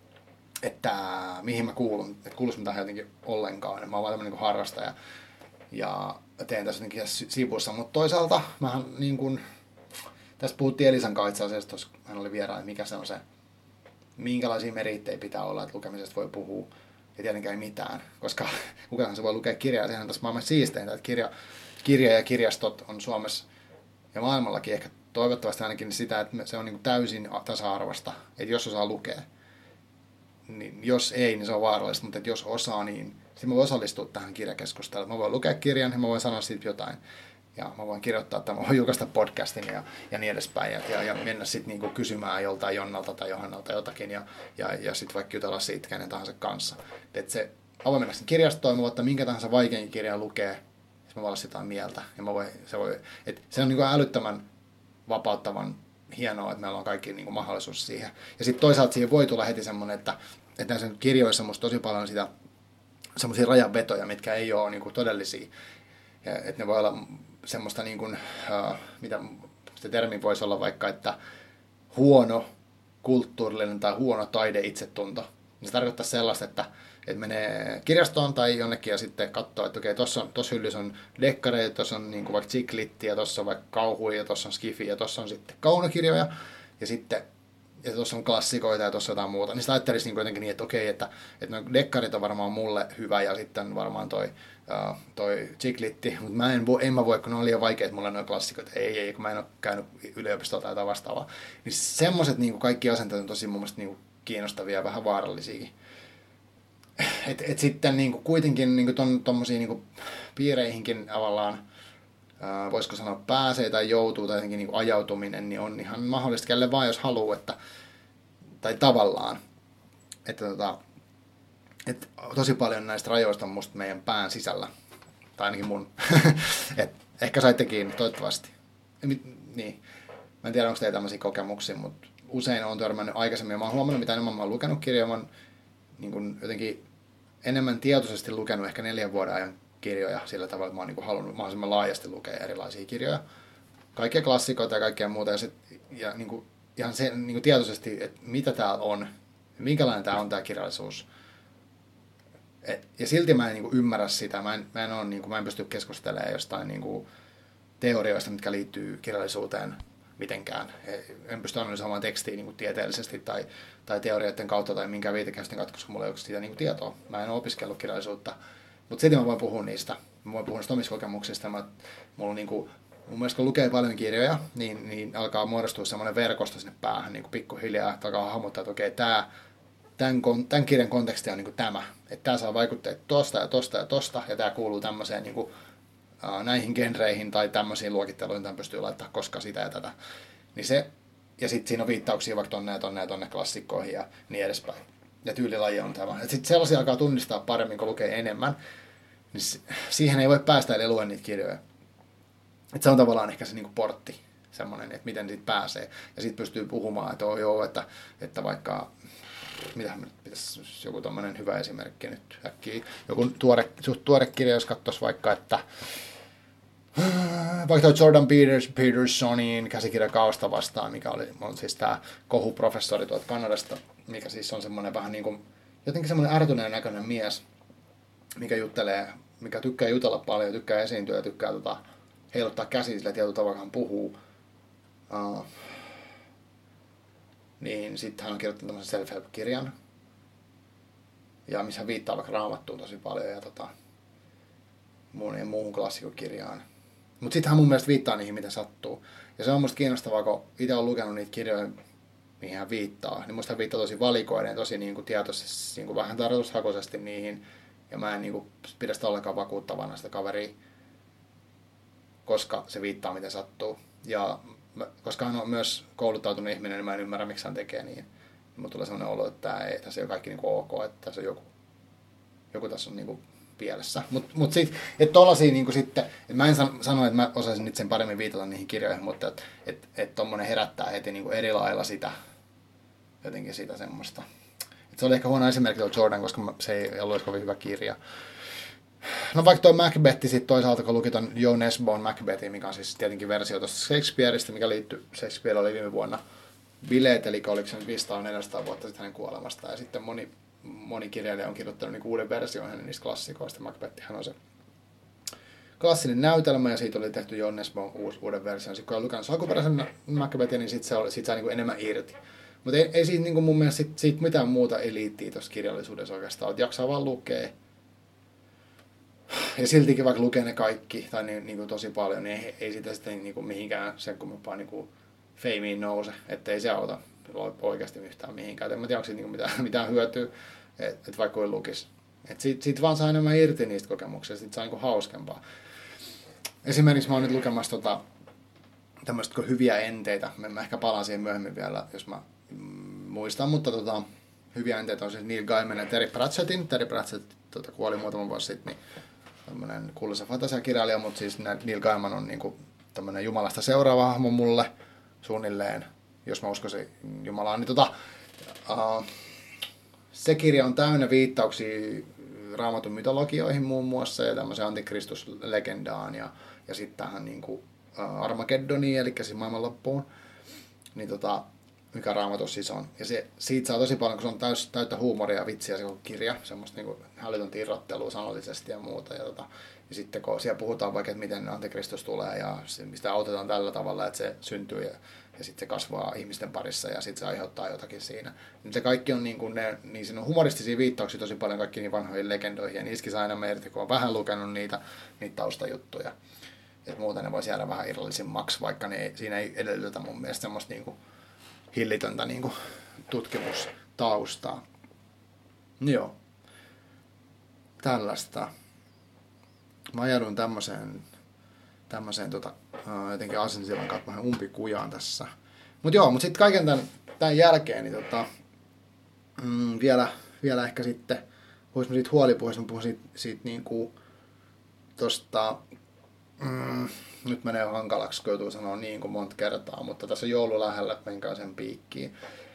että mihin mä kuulun, että kuuluisi mitään jotenkin ollenkaan. Mä oon vaan tämmöinen niin harrastaja, ja teen tässä jotenkin sivussa, mutta toisaalta mähän niin kuin, tästä puhuttiin Elisan kanssa itse asiassa, tuossa hän oli vieraan, mikä se on se, minkälaisia merittejä pitää olla, että lukemisesta voi puhua, ja tietenkään ei mitään, koska kukaan se voi lukea kirjaa, sehän on tässä maailman siisteintä, että kirja ja kirjastot on Suomessa ja maailmallakin ehkä toivottavasti ainakin sitä, että se on niin kuin täysin tasa-arvoista, että jos osaa lukea, niin jos ei, niin se on vaarallista, mutta että jos osaa, niin sitten mä voin osallistua tähän kirjakeskusteluun. Mä voin lukea kirjan ja mä voin sanoa siitä jotain. Ja mä voin kirjoittaa, että mä voin julkaista podcastin ja niin edespäin. Ja mennä sitten niinku kysymään joltain Jonnalta tai Johannalta jotakin ja sitten vaikka jutella siitä kenen tahansa kanssa. Että se avoin mennä kirjastoon, mä voin ottaa minkä tahansa vaikein kirjan lukea, ja mä voin olla sitä mieltä. Ja se on niinku älyttömän vapauttavan hienoa, että meillä on kaikki niinku mahdollisuus siihen. Ja sitten toisaalta siihen voi tulla heti semmoinen, että näissä kirjoissa musta tosi paljon sitä semmoisia rajanvetoja, mitkä ei ole niinku todellisia. Ja, että ne voi olla semmoista, niin kuin, mitä se termi voisi olla vaikka, että huono kulttuurillinen tai huono taideitsetunto. Se tarkoittaa sellaista, että menee kirjastoon tai jonnekin ja sitten katsoo, että okei, tuossa hyllyssä on dekkareita, tuossa on niin kuin vaikka chiklittiä, tuossa on vaikka kauhuja, ja tuossa on skifi ja tuossa on sitten kaunokirjoja ja sitten ja tuossa on klassikoita ja tuossa jotain muuta. Niin sitä ajattelisi niin jotenkin niin, että okei, että no dekkarit on varmaan mulle hyvä ja sitten varmaan toi chiklitti, mutta en mä voi, kun ne on liian vaikeat mulle nuo klassikot. Ei, kun mä en ole käynyt yliopistoa tai jotain vastaavaa. Niin semmoiset niin kaikki asenteet on tosi mun mielestä niin kiinnostavia ja vähän vaarallisiakin. Et sitten niin kuitenkin niin tuommoisiin niin piireihinkin tavallaan, voisiko sanoa pääsee tai joutuu tai jotenkin niin ajautuminen, niin on ihan mahdollista kelle vaan, jos haluaa, tai tavallaan. Että tosi paljon näistä rajoista on musta meidän pään sisällä, tai ainakin mun. Ehkä saitte kiinni, toivottavasti. Niin. Mä en tiedä, onko teillä tämmöisiä kokemuksia, mutta usein olen törmännyt aikaisemmin, ja mä oon huomannut, mitä enemmän mä oon lukenut kirjoja, mä oon niin jotenkin enemmän tietoisesti lukenut ehkä 4 vuoden ajan kirjoja sillä tavalla, että mä oon niin halunnut mahdollisimman laajasti lukea erilaisia kirjoja. Kaikkia klassikoita ja kaikkea muuta, ja niin kuin, ihan se, niin kuin tietoisesti, että mitä täällä on, minkälainen tää on tää kirjallisuus. Ja silti mä en niin kuin ymmärrä sitä, mä en pysty keskustelemaan jostain niin kuin teorioista, mitkä liittyy kirjallisuuteen mitenkään. En pysty analysoimaan tekstiä niin kuin tieteellisesti tai teorioiden kautta tai minkään viitekehysten kautta, koska mulla ei ole siitä niin kuin tietoa. Mä en ole opiskellut kirjallisuutta, mutta silti mä voin puhua niistä. Mä voin puhua niistä omista kokemuksista. Mulla on niin kuin, mun mielestä kun lukee paljon kirjoja, niin alkaa muodostua semmoinen verkosto sinne päähän niin kuin pikkuhiljaa, että alkaa hahmottaa, että okei, tämän kirjan konteksti on niin kuin tämä. Että tämä saa vaikutteet tosta ja tosta ja tosta, ja tämä kuuluu tämmöiseen niin kuin, näihin genreihin tai tämmöisiin luokitteluihin, tämän pystyy laittamaan koska sitä ja tätä. Niin se, ja sitten siinä on viittauksia vaikka tonne klassikkoihin ja niin edespäin. Ja tyylilaji on tämä. Sitten sellaisia alkaa tunnistaa paremmin, kun lukee enemmän. Niin siihen ei voi päästä, eli lue niitä kirjoja. Et se on tavallaan ehkä se niinku portti, semmoinen, että miten siitä pääsee. Ja sitten pystyy puhumaan, että että vaikka mitähän nyt pitäisi joku tommonen hyvä esimerkki nyt äkkiä. Joku suht tuore kirja, jos katsoisi vaikka, että vaikka toi Jordan Petersonin käsikirja Kaosta vastaan, mikä on siis tää kohuprofessori tuolta Kanadasta, mikä siis on semmoinen vähän niin kuin, jotenkin semmoinen ärtyneen näköinen mies, mikä tykkää jutella paljon, tykkää esiintyä ja tykkää heiluttaa käsiä sillä tietyllä tavalla, hän puhuu. Niin sitten hän on kirjoittanut tämmöisen self-help-kirjan, ja missä hän viittaa vaikka Raamattuun tosi paljon ja muuhun klassikokirjaan. Mutta sitten hän mun mielestä viittaa niihin, mitä sattuu. Ja se on musta kiinnostavaa, kun itse olen lukenut niitä kirjoja, mihin hän viittaa. Niin musta hän viittaa tosi valikoiden, tosi niinku tietoisesti, niinku vähän tarkoitushakuisesti niihin. Ja mä en niinku pidä sitä ollenkaan vakuuttavana sitä kaveria, koska se viittaa, mitä sattuu. Ja koska hän on myös kouluttautunut ihminen, niin mä en ymmärrä, miksi hän tekee niin. Mulla tulee sellainen olo, että tässä ei ole kaikki niinku ok, että tässä on joku tässä on niinku pielessä. Mut sit, että tollasia niinku sitten, että mä en sano, että mä osaisin nyt sen paremmin viitata niihin kirjoihin, mutta että tommonen herättää heti niinku eri lailla sitä, jotenkin sitä semmoista. Et se oli ehkä huono esimerkki tuolla Jordan, koska se ei ollut kovin hyvä kirja. No vaikka toi Macbeth sit toisaalta, kun luki ton Joe Nesbon Macbethin, mikä on siis tietenkin versio tuosta Shakespeareista, mikä liittyy, Shakespeare oli viime vuonna bileet, eli oliko se nyt 500-400 vuotta sitten hänen kuolemastaan, ja sitten moni kirjailija on kirjoittanut niin uuden version hänen niistä klassikoista. Macbethihän on se klassinen näytelmä, ja siitä oli tehty Joe Nesbon uuden version. Sitten kun on lukenut alkuperäisen Macbethin, niin siitä saa niin kuin enemmän irti. Mutta ei siitä niin kuin mun mielestä siitä mitään muuta eliittiä tuossa kirjallisuudessa oikeastaan, että jaksaa vaan lukea. Ja siltikin vaikka lukee ne kaikki, tai niin kuin tosi paljon, niin ei sitä sitten niin kuin mihinkään sen kummempaa niin kuin feimiin nouse, ettei se auta oikeasti yhtään mihinkään. En mä tiedä, onko siitä niin mitään hyötyä, että vaikka kuin lukisi. Että siitä vaan saa enemmän irti niistä kokemuksista, siitä saa niin kuin hauskempaa. Esimerkiksi mä oon nyt lukemassa tämmöistä kuin hyviä enteitä. Mä ehkä palaan siihen myöhemmin vielä, jos mä muistan, mutta hyviä enteitä on siis Neil Gaiman ja Terry Pratchettin. Terry Pratchett kuoli muutama vuosi sitten, niin tämmöinen kuuluisa fantasiakirjailija, mutta siis Neil Gaiman on niinku tämmöinen Jumalasta seuraava hahmo mulle suunnilleen, jos mä uskoisin Jumalaan. Niin se kirja on täynnä viittauksia Raamatun mytologioihin muun muassa ja tämmöiseen antikristuslegendaan ja sitten tähän niinku Armageddoniin, eli siis maailmanloppuun. Niin mikä Raamatussa siis on. Ja siitä saa tosi paljon, kun se on täyttä huumoria ja vitsiä se kirja, semmoista niinku hälytöntä irrottelua sanallisesti ja muuta. Ja sitten kun siellä puhutaan vaikka, että miten antikristus tulee ja mistä autetaan tällä tavalla, että se syntyy ja sitten se kasvaa ihmisten parissa ja sitten se aiheuttaa jotakin siinä. Niin se kaikki on niin siinä on humoristisia viittauksia tosi paljon kaikkiin niin vanhoihin legendoihin ja niissäkin saa enemmän irti, kun on vähän lukenut niitä taustajuttuja. Että muuten ne voisi jäädä vähän irrallisimmaksi, vaikka siinä ei edellytetä mun mielestä semmoista niinku hillitöntä niinku tutkimustaustaa. Joo. Tällaista. Mä ajaudun tämmöiseen jotenkin asensillan kautta vähän umpikujaan tässä. Mut sitten kaiken tämän jälkeen niin vielä ehkä sitten puhuisimme siitä huolipuheesta, mä puhun siitä niinku tosta nyt menee hankalaksi, kun joutuu sanoa niin kuin monta kertaa, mutta tässä on joulu lähellä, että menkää sen piikkiin.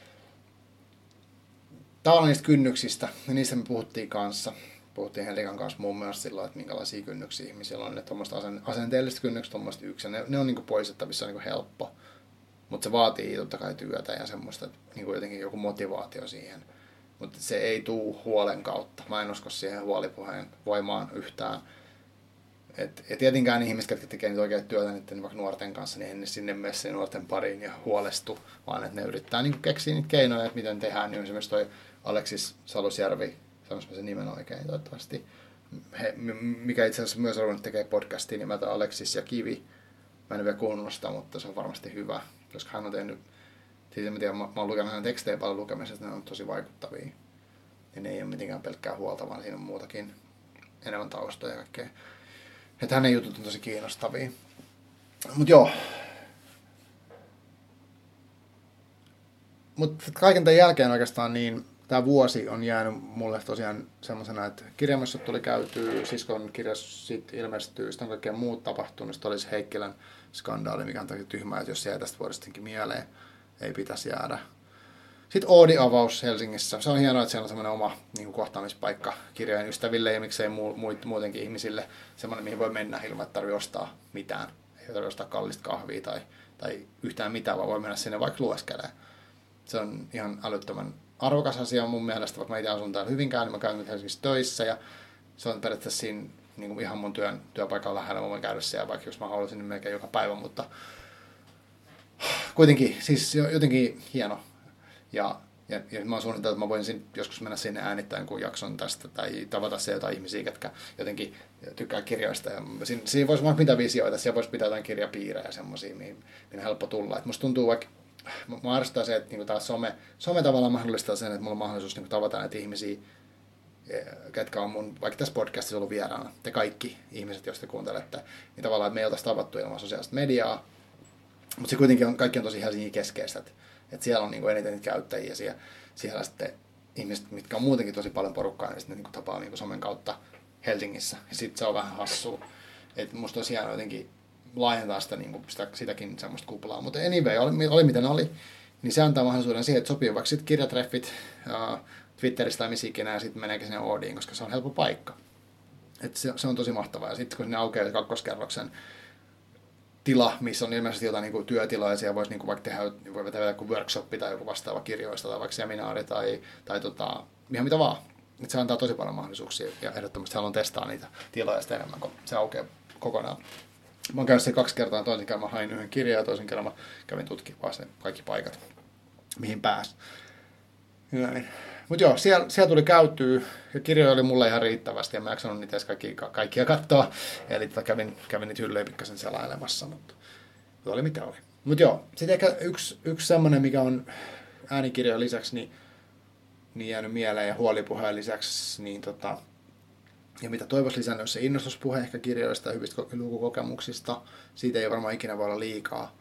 Tavallaan niistä kynnyksistä, ja niistä me puhuttiin kanssa. Puhuttiin Helikan kanssa muun muassa silloin, että minkälaisia kynnyksiä ihmisillä on. Ne tuommoista asenteelliset kynnykset, tuommoista yksi, ne on niin kuin poistettavissa niin kuin helppo. Mutta se vaatii totta kai työtä ja semmoista, niin kuin jotenkin joku motivaatio siihen. Mutta se ei tule huolen kautta. Mä en usko siihen huolipuheen voimaan yhtään. Et tietenkään ihmiset, jotka tekee niitä oikeat työtä niiden vaikka nuorten kanssa, niin ne sinne mene nuorten pariin ja huolestu, vaan että ne yrittää niin keksiä niitä keinoja, että miten tehdään. Niin esimerkiksi toi Aleksis Salusjärvi, sanoisin sen nimen oikein toivottavasti, mikä itse asiassa myös on tekee podcastia nimeltä Aleksis ja Kivi. Mä en vielä kuunnellut sitä, mutta se on varmasti hyvä, koska hän on tehnyt, siis en tiedä, mä oon lukenut hänen tekstejä paljon lukemisesta, ne on tosi vaikuttavia. Ja ne ei ole mitenkään pelkkää huolta, vaan siinä on muutakin, enemmän taustoja ja kaikkea. Että hänen jutut on tosi kiinnostavia. Mut joo. Mut kaiken tämän jälkeen oikeastaan niin tää vuosi on jäänyt mulle tosiaan semmosena, että kirjaimessut tuli käytyä, siskon kirjas sit ilmestyy, sitten on kaikkea muut tapahtunut, sitten oli se Heikkilän skandaali, mikä on tosi tyhmää, että jos se jää tästä vuodestakin mieleen, ei pitäisi jäädä. Sitten Oodi-avaus Helsingissä. Se on hienoa, että siellä on semmoinen oma niin kuin kohtaamispaikka kirjojen ystäville ja miksei muutenkin ihmisille. Semmoinen, mihin voi mennä ilman, että tarvitse ostaa mitään. Ei tarvitse ostaa kallista kahvia tai yhtään mitään, vaan voi mennä sinne vaikka lueskelemaan. Se on ihan älyttömän arvokas asia mun mielestä, vaikka mä itse asun täällä Hyvinkään, niin mä käyn nyt Helsingissä töissä ja se on periaatteessa siinä niin kuin ihan mun työpaikan lähellä. Mä voin käydä siellä vaikka jos mä haluaisin, niin melkein joka päivä, mutta kuitenkin siis jotenkin hieno. Ja mä oon suunnitellut, että mä voin joskus mennä sinne äänittämään jonkun jakson tästä tai tavata siellä jotain ihmisiä, jotka jotenkin tykkää kirjoista. Ja siinä voisi olla mitä visioita, siellä voisi pitää jotain kirjapiirejä semmoisia, mihin helppo tulla. Et musta tuntuu vaikka, mä arvostan se, että niinku tää some tavallaan mahdollistaa sen, että mulla on mahdollisuus niinku tavata näitä ihmisiä, ketkä on mun, vaikka tässä podcastissa ollut vieraana, te kaikki ihmiset, jos te kuuntelette, niin tavallaan, että me ei oltaisi tavattu ilman sosiaalista mediaa, mutta se kuitenkin kaikki on tosi Helsingin keskeistä, että siellä on niinku eniten niitä käyttäjiä siellä sitten ihmiset, mitkä on muutenkin tosi paljon porukkaa, niin sitten ne niinku tapaa niinku somen kautta Helsingissä. Ja sitten se on vähän hassua. Että musta olisi hienoa jotenkin laajentaa sitä, niinku sitäkin semmoista kuplaa. Mutta anyway, oli miten oli. Niin se antaa mahdollisuuden siihen, että sopii vaikka sitten kirjatreffit Twitteristä tai missä ikinä ja sitten meneekin sinne Oodiin, koska se on helppo paikka. Et se on tosi mahtavaa. Ja sitten kun sinne aukeaa kakkoskerroksen tila, missä on ilmeisesti jotain niin työtilaa, ja siellä voisi niin vaikka tehdä joku workshop tai joku vastaava kirjoista, tai vaikka seminaari, tai ihan mitä vaan. Et se antaa tosi paljon mahdollisuuksia, ja ehdottomasti haluan testaa niitä tiloja sitä enemmän, kun se aukeaa kokonaan. Mä oon käynyt se 2 kertaa, toisen kerran mä hain yhden kirjan, ja toisen kerran mä kävin tutkimaan ne kaikki paikat, mihin pääsi. Mutta joo, siellä tuli käytyä, ja kirjoja oli mulle ihan riittävästi, ja mä en jaksanut niitä edes kaikkia katsoa, eli kävin niitä hyllyjä pikkasen selailemassa, mutta oli mitä oli. Mutta joo, sitten ehkä yksi semmoinen, mikä on äänikirjojen lisäksi niin jäänyt mieleen, ja huolipuheen lisäksi, niin ja mitä toivoisi lisännyt, on se innostuspuhe ehkä kirjoista ja hyvistä lukukokemuksista, siitä ei varmaan ikinä voi olla liikaa.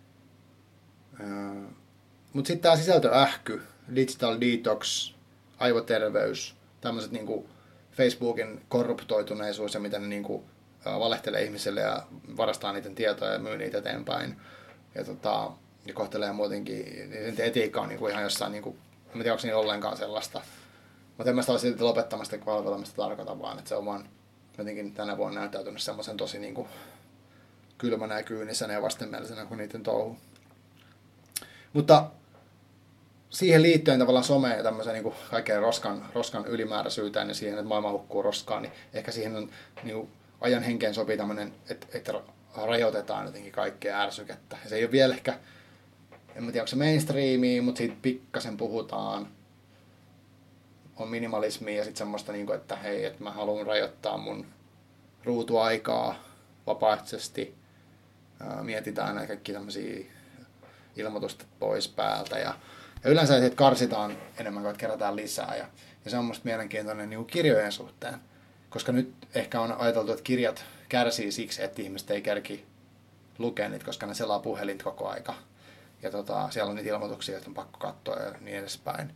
Mutta sitten tämä sisältöähky, digital detox, aivoterveys, tämmöiset niinku Facebookin korruptoituneisuus ja miten ne niinku valehtelee ihmisille ja varastaa niiden tietoja ja myy niitä eteenpäin. Ja kohtelee muutenkin, niin etiikka on niinku ihan jossain, niinku, en tiedä onko niin ollenkaan sellaista. Mutta en mä sitä ole silti lopettamasta ja valvelamista tarkoita vaan, että se on vaan jotenkin tänä vuonna näyttäytynyt semmoisen tosi niinku kylmänä ja kyynisenä ja vastenmielisenä kuin niiden touhu. Mutta siihen liittyen tavallaan someen ja tämmöiseen niin kaikkeen roskan ylimääräisyyteen ja siihen, että maailma hukkuu roskaan, niin ehkä siihen on niin ajan henkeen sopii tämmöinen, että rajoitetaan jotenkin kaikkea ärsykettä. Ja se ei ole vielä ehkä, en tiedä onko se mainstreamia, mutta siitä pikkasen puhutaan. On minimalismia ja sitten semmoista, että hei, että mä haluan rajoittaa mun ruutuaikaa vapaaehtoisesti. Mietitään näitä kaikki tämmöisiä ilmoitusta pois päältä ja yleensä että karsitaan enemmän kuin kerätään lisää ja se on musta mielenkiintoinen niin kuin kirjojen suhteen, koska nyt ehkä on ajateltu, että kirjat kärsii siksi, että ihmiset ei kerki lukea niitä, koska ne selaa puhelinta koko aika ja siellä on niitä ilmoituksia, että on pakko katsoa ja niin edespäin.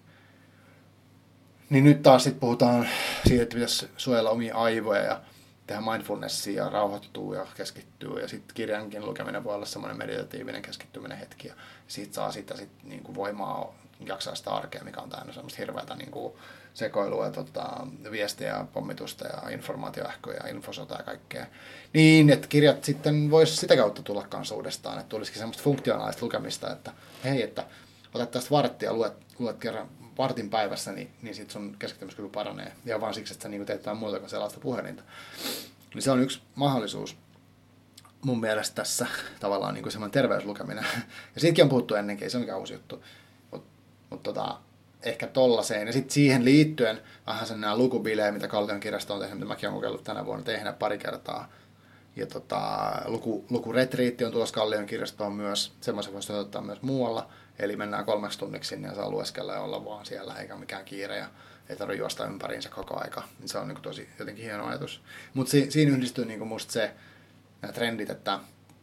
Niin nyt taas sitten puhutaan siitä, että pitäisi suojella omia aivoja ja tehdä mindfulnessia ja rauhoittua ja keskittyä. Ja sitten kirjankin lukeminen voi olla semmoinen meditatiivinen keskittyminen hetki. Ja siitä saa sitä niinku voimaa jaksaa sitä arkea, mikä on täynnä semmoista hirveätä niinku sekoilua ja viestiä, pommitusta ja informaatioähköä ja infosota ja kaikkea. Niin, että kirjat sitten voisi sitä kautta tulla kanssa uudestaan. Että tulisikin semmoista funktionaalista lukemista, että hei, että otat tästä varttia ja luet kerran vartin päivässä, niin sit sun keskittymiskyky paranee. Ja vaan siksi, että sä niinku teet jotain muuta kuin sellaista puhelinta. Niin se on yksi mahdollisuus mun mielestä tässä tavallaan niinku semmoinen terveyslukeminen. Ja siitäkin on puhuttu ennenkin, ei se ole mikään uusi juttu. Mutta ehkä tollaiseen. Ja sitten siihen liittyen vähän sen nämä lukubileet, mitä Kallion kirjasto on tehnyt, mitä mäkin olen kokeillut tänä vuonna tehdä pari kertaa. Ja lukuretriitti on tulossa Kallion kirjastoon myös. Semmoisen voisi toteuttaa myös muualla. Eli mennään 3 tunniksi sinne ja saa lueskella ja olla vaan siellä, eikä mikään kiire ja ei tarvitse juosta ympäriinsä koko aika. Se on niin tosi jotenkin hieno ajatus. Mutta siinä yhdistyy niin musta nämä trendit, että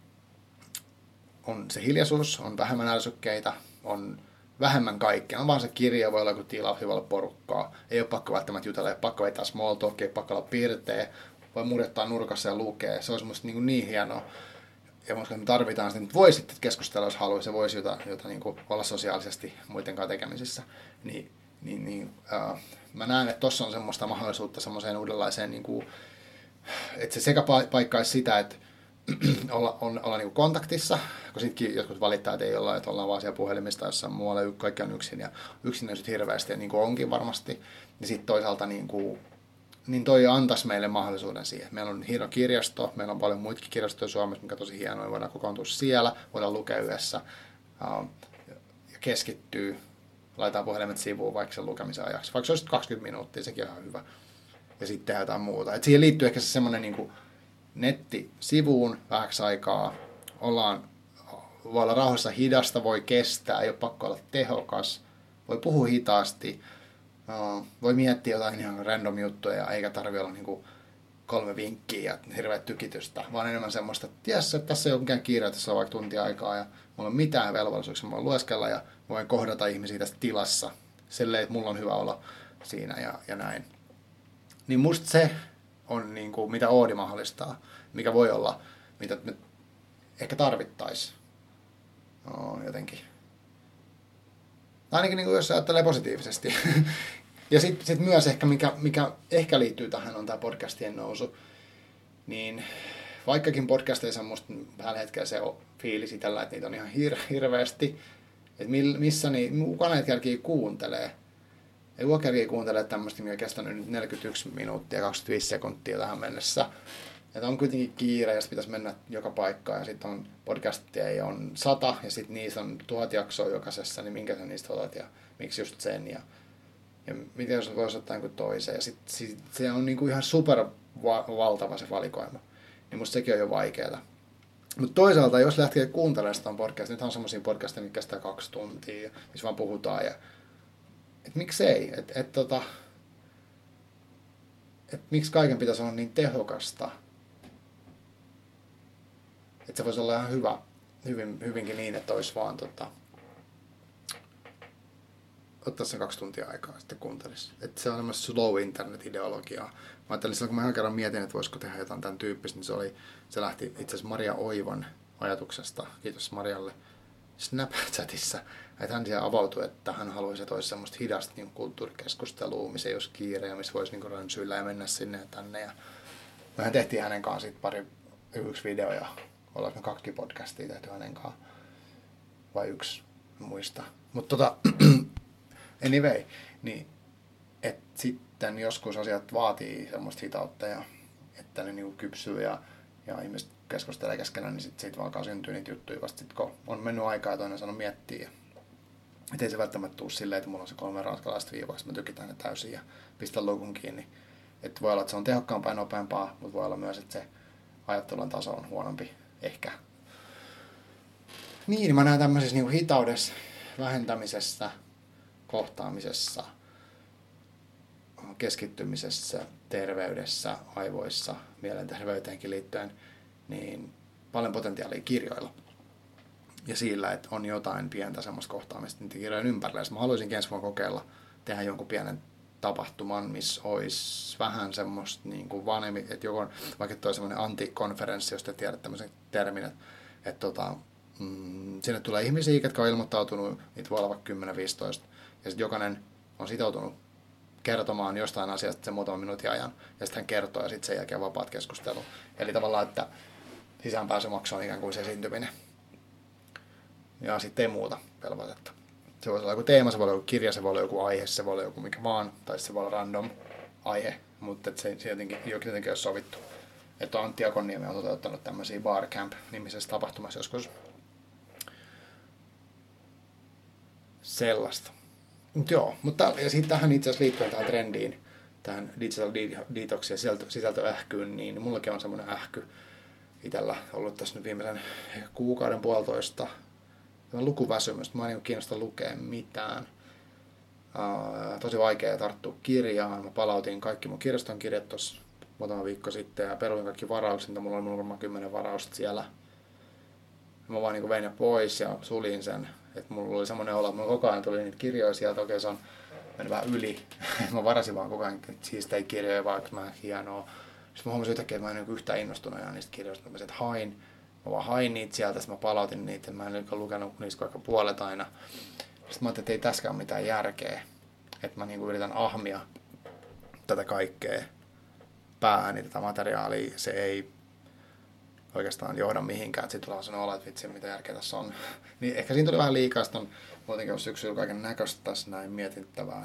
on se hiljaisuus, on vähemmän ärsykkeitä, on vähemmän kaikkea. On vaan se kirja, voi olla joku tila, voi olla porukkaa. Ei ole pakko välttämättä jutella, ei ole pakko vetää small talkia, ei ole pakko olla pirteä. Voi murjottaa nurkassa ja lukea. Se olisi musta niin hienoa. ja koska me tarvitaan sitä, että voi sitten keskustella, jos haluaisi, ja voisi jota niin kuin olla sosiaalisesti muiden kanssa tekemisissä, mä näen, että tuossa on semmoista mahdollisuutta semmoiseen uudenlaiseen, niin kuin, että se sekä paikkaisi sitä, että olla niin kuin kontaktissa, kun sittenkin jotkut valittaa, että ei olla, että ollaan vaan siellä puhelimista, jossa muualla kaikki on yksin ja yksinäisyys hirveästi, ja niin kuin onkin varmasti, niin sitten toisaalta niin toi antaisi meille mahdollisuuden siihen. Meillä on hieno kirjasto, meillä on paljon muitakin kirjastoja Suomessa, mikä on tosi hienoa, voidaan kokoontua siellä, voidaan lukea yhdessä ja keskittyy, laitetaan puhelimet sivuun vaikka sen lukemisen ajaksi. Vaikka se olisi 20 minuuttia, sekin on ihan hyvä. Ja sitten tehdään jotain muuta. Et siihen liittyy ehkä se semmoinen niin kuin nettisivuun vähäksi aikaa, voi olla rauhassa hidasta, voi kestää, ei ole pakko olla tehokas, voi puhua hitaasti, voi miettiä jotain ihan random juttuja, eikä tarvitse olla niin kuin 3 vinkkiä ja hirveä tykitystä, vaan enemmän semmoista, että tässä ei ole mikään kiire, tässä on vaikka tuntia aikaa ja mulla on mitään velvollisuuksia, mä voin lueskella ja voin kohdata ihmisiä tässä tilassa, silleen, että mulla on hyvä olla siinä ja näin. Niin musta se on niin kuin, mitä Oodi mahdollistaa, mikä voi olla, mitä me ehkä tarvittaisiin jotenkin. Ainakin niin kuin, jos ajattelee positiivisesti. Ja sitten myös ehkä, mikä ehkä liittyy tähän, on tämä podcastien nousu. Niin vaikkakin podcasteissa on musta tällä hetkellä se fiilisi tällä, että niitä on ihan hirveästi. Että missä kuka näitä kärkiä kuuntelee. Ei kuka kärkiä kuuntelee tämmöistä, mikä on kestänyt nyt 41 minuuttia 25 sekuntia tähän mennessä. Että on kuitenkin kiire, jos pitäisi mennä joka paikkaan. Ja sitten on podcasteja on 100 ja sitten niissä on 1000 jaksoa jokaisessa, niin minkä sä niistä otat ja miksi just sen. Ja miten jos voisi ottaa jonkun toisen. Ja sit se on niinku ihan super valtava se valikoima. Niin musta sekin on jo vaikeaa. Mutta toisaalta, jos lähtee kuuntelemaan sitä podcastia, nyt on semmosia podcasteja, mitkä kestää 2 tuntia, missä vaan puhutaan. Että miksei? Että miksi kaiken pitäisi olla niin tehokasta? Että se voisi olla ihan hyvinkin niin, että olisi vaan ottaa sen 2 tuntia aikaa sitten kuuntelisi. Että se on semmoista slow internet-ideologiaa. Mä ajattelin silloin, kun mä kerran mietin, että voisiko tehdä jotain tämän tyyppistä, niin se lähti itse asiassa Maria Oivon ajatuksesta, kiitos Marialle, Snapchatissa. Että hän siellä avautui, että hän haluaisi, että olisi semmoista hidasta niin kulttuurikeskustelua, missä ei olisi kiire ja missä voisi niin rönsyillä ja mennä sinne ja tänne. Ja mehän tehtiin hänen kanssa yksi video ja ollaanko me 2 podcastia tehty hänen kanssa. Vai 1, en muista. Mutta anyway, niin että sitten joskus asiat vaatii semmoista hitautta ja että ne niinku kypsyy ja ihmiset keskustelee keskenään, niin siitä vaan alkaa syntyä niitä juttuja vasta sit, kun on mennyt aikaa ja toinen sanoo miettiä. Että ei se välttämättä tule silleen, että mulla on se 3 ranskalaista viivaa, mä tykitän ne täysin ja pistän lukun kiinni. Että voi olla, että se on tehokkaampaa ja nopeampaa, mutta voi olla myös, että se ajattelun taso on huonompi ehkä. Niin, mä näen tämmöisessä niinku hitaudessa, vähentämisessä, kohtaamisessa, keskittymisessä, terveydessä, aivoissa, mielenterveyteenkin liittyen, niin paljon potentiaalia kirjoilla. Ja sillä, että on jotain pientä semmoista kohtaamista niitä kirjojen ympärillä. Mä haluaisin ensi vuonna kokeilla tehdä jonkun pienen tapahtuman, missä olisi vähän semmoista niin kuin vanhemmin, että joko vaikka toi semmoinen antikonferenssi, jos te tiedät tämmöisen termin, että sinne tulee ihmisiä, jotka on ilmoittautunut, niitä voi olla vaikka 10-15, ja sitten jokainen on sitoutunut kertomaan jostain asiasta sen muutaman minuutin ajan, ja sitten hän kertoo, ja sitten sen jälkeen vapaat keskustelu. Eli tavallaan, että sisäänpääsymaksu on ikään kuin se esiintyminen. Ja sitten ei muuta velvoitetta. Se voi olla joku teema, se voi olla joku kirja, se voi olla joku aihe, se voi olla joku mikä vaan, tai se voi olla random aihe, mutta se jotenkin ole sovittu. Että Antti Akonniemi on toteuttanut tämmöisiä Barcamp-nimisessä tapahtumassa joskus sellaista. Joo, mutta ja sitten tähän itse asiassa liittyen tähän trendiin, tähän digital detoxiin ja sisältöähkyyn, niin mullakin on semmoinen ähky itsellä ollut tässä nyt viimeisen kuukauden puolitoista. Lukuväsymystä, mä en kiinnosta lukea mitään. Tosi vaikea tarttua kirjaan. Mä palautin kaikki mun kirjaston kirjat tuossa muutama viikko sitten ja peruin kaikki varaukset, mulla oli varmaan 10 varausta siellä. Mä vaan niin vein ne pois ja sulin sen. Et mulla oli semmoinen olo, että mulla koko ajan tuli niitä kirjoja sieltä, okei se on mennyt vähän yli. Mä varasin vaan koko ajan siistejä kirjoja, vaikka mä hienoa. Sitten mä huomasin yhtäkkiä, että mä en yhtään innostunut niistä kirjoista, mä että hain. Mä vaan hain niitä sieltä, sitten mä palautin niitä, mä en lukenut niistä vaikka puolet aina. Sitten mä ajattelin, että ei tässäkään ole mitään järkeä. Että mä niinku yritän ahmia tätä kaikkea päähän, tätä materiaalia, se ei oikeastaan johda mihinkään. Sitten tulee sellainen olo, että vitsi, mitä järkeä tässä on. Niin ehkä siinä tuli vähän liikaa, sitten on muutenkin syksyllä kaiken näköistä tässä näin mietittävää.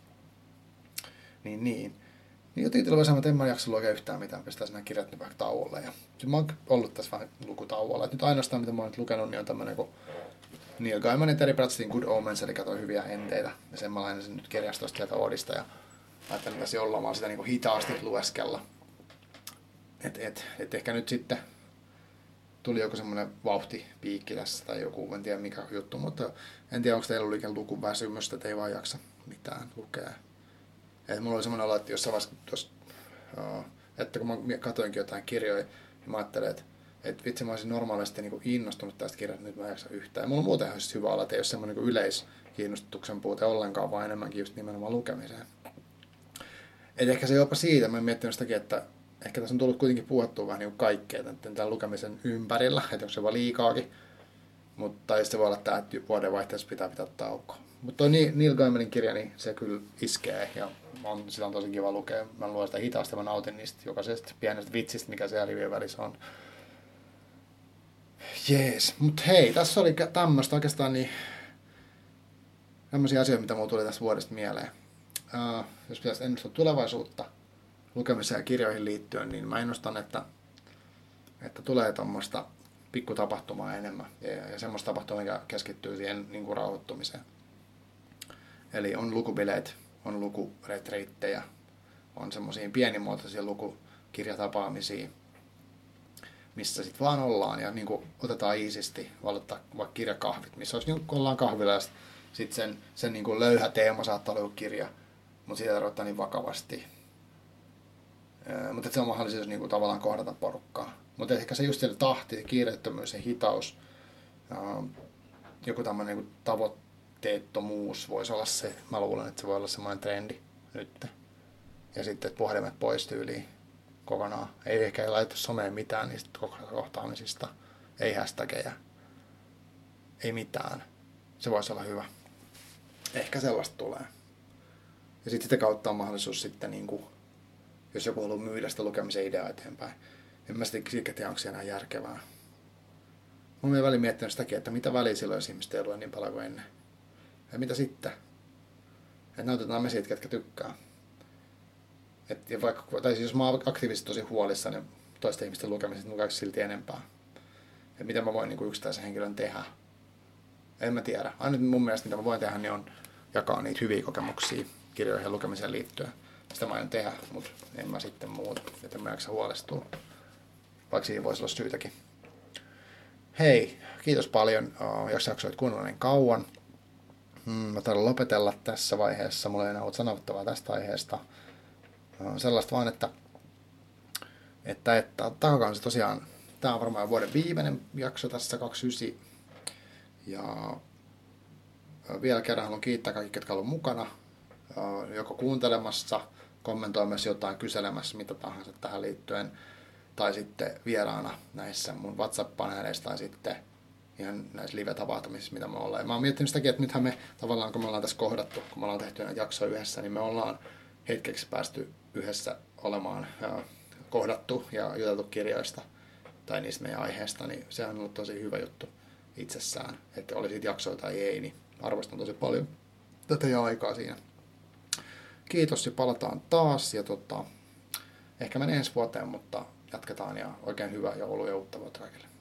Niin jotenkin tuli vähän että en mä jaksa lukea yhtään mitään, pistäisi nämä kirjat nyt vaikka tauolle. Ja mä oon ollut tässä vähän lukutauolla. Et nyt ainoastaan, mitä mä oon nyt lukenut, niin on tämmönen kuin Neil Gaimanin ja Terry Pratchettin Good Omens, eli katsoin hyviä enteitä. Ja sen mä lainasin sen nyt kirjastosta sieltä Oodista. Ja ajattelin tässä jollain vaan sitä niin kuin hitaasti lueskella. Et ehkä nyt sitten tuli joku semmoinen vauhtipiikki tässä tai joku, en tiedä mikä juttu, mutta en tiedä onko teillä ollut ikään lukuväsymystä, että ei vaan jaksa mitään lukea. Et mulla oli semmoinen olo, että jossain vaiheessa, että kun mä katsoinkin jotain kirjoja, niin mä ajattelin, että vitsi mä olisin normaalisti niin innostunut tästä kirjasta, nyt mä en jaksa yhtään. Ja mulla on muuten ihan hyvä olla, että ei ole semmoinen niin yleiskiinnostuksen puute ollenkaan, vaan enemmänkin just nimenomaan lukemiseen. Et ehkä se jopa siitä, mä en miettinyt sitäkin, että ehkä tässä on tullut kuitenkin puhuttua vähän niin kaikkea tämän lukemisen ympärillä, että onko se vaan liikaakin. Mutta se voi olla tämä, että vuodenvaihteessa pitää tauko. Mutta tuo Neil Gaimanin kirja, niin se kyllä iskee ja sitä on tosi kiva lukea. Mä luen sitä hitaasti ja mä nautin niistä jokaisesta pienestä vitsistä, mikä siellä rivien välissä on. Jees, mutta hei, tässä oli tämmöistä oikeastaan niin tämmöisiä asioita, mitä mulla tuli tässä vuodesta mieleen. Jos pitäisi ennustaa tulevaisuutta lukemiseen ja kirjoihin liittyen, niin mä ennustan, että tulee tuommoista pikkutapahtumaa enemmän ja semmoista tapahtumaa, mikä keskittyy siihen niin kuin rauhoittumiseen. Eli on lukubileet, on lukuretreittejä, on semmoisia pienimuotoisia lukukirjatapaamisia, missä sitten vaan ollaan ja niin kuin otetaan iisisti, valittaa vaikka kirjakahvit, missä olisi niin kuin ollaan kahvilla ja sitten sen niin kuin löyhä teema saattaa olla kirja, mutta siitä tarvittaa niin vakavasti. Mutta se on mahdollisuus niin kuin tavallaan kohdata porukkaa. Mutta ehkä se just se tahti, kiireettömyys ja hitaus, joku tämmöinen niin tavoitteettomuus voisi olla se, mä luulen, että se voi olla semmoinen trendi nyt. Ja sitten, että puhelimet pois tyyliin kokonaan. Ei ehkä laita someen mitään niistä kohtaamisista, ei hashtageja, ei mitään. Se voisi olla hyvä. Ehkä sellaista tulee. Ja sitten sitä kautta on mahdollisuus sitten, niin kuin, jos joku haluaa myydä sitä lukemisen ideaa eteenpäin. En mä sitten tiedä, onko se enää järkevää. Mä oon väliin miettinyt sitäkin, että mitä väliä silloin, jos ihmiset ei lue niin paljon kuin ennen. Ja mitä sitten? Että näytetään me siitä, ketkä tykkää. Tai siis jos mä oon aktiivisesti tosi huolissani niin toisten ihmisten lukemisesta, niin lukeeko silti enempää? Että mitä mä voin niin kuin yksittäisen henkilön tehdä? En mä tiedä. Aina mun mielestä, mitä mä voin tehdä, niin on jakaa niitä hyviä kokemuksia kirjoihin ja lukemiseen liittyen. Sitä mä aion tehdä, mutta en mä sitten muuta, että mä jaksa huolestua. Vaikka siinä voisi olla syytäkin. Hei, kiitos paljon, jos jaksoit kuunnella niin kauan. Mä taidan lopetella tässä vaiheessa. Mulla ei enää ole sanottavaa tästä aiheesta. Sellaista vaan, että Takakansi tosiaan, tää on varmaan vuoden viimeinen jakso tässä 29. Ja vielä kerran haluan kiittää kaikki, jotka ovat mukana. Joko kuuntelemassa, kommentoimassa jotain, kyselemässä mitä tahansa tähän liittyen. Tai sitten vieraana näissä mun WhatsApp-paneeleissa tai sitten ihan näissä live-tapahtumissa, mitä me ollaan. Ja mä oon miettinyt sitäkin, että nythän me tavallaan, kun me ollaan tässä kohdattu, kun me ollaan tehty näitä jaksoja yhdessä, niin me ollaan hetkeksi päästy yhdessä olemaan kohdattu ja juteltu kirjoista tai niistä meidän aiheesta, niin se on ollut tosi hyvä juttu itsessään. Että oli siitä jaksoa tai ei, niin arvostan tosi paljon tätä ja aikaa siinä. Kiitos ja palataan taas ja ehkä menee ensi vuoteen, mutta jatketaan ja oikein hyvää joulua ja uutta vuotta kaikille.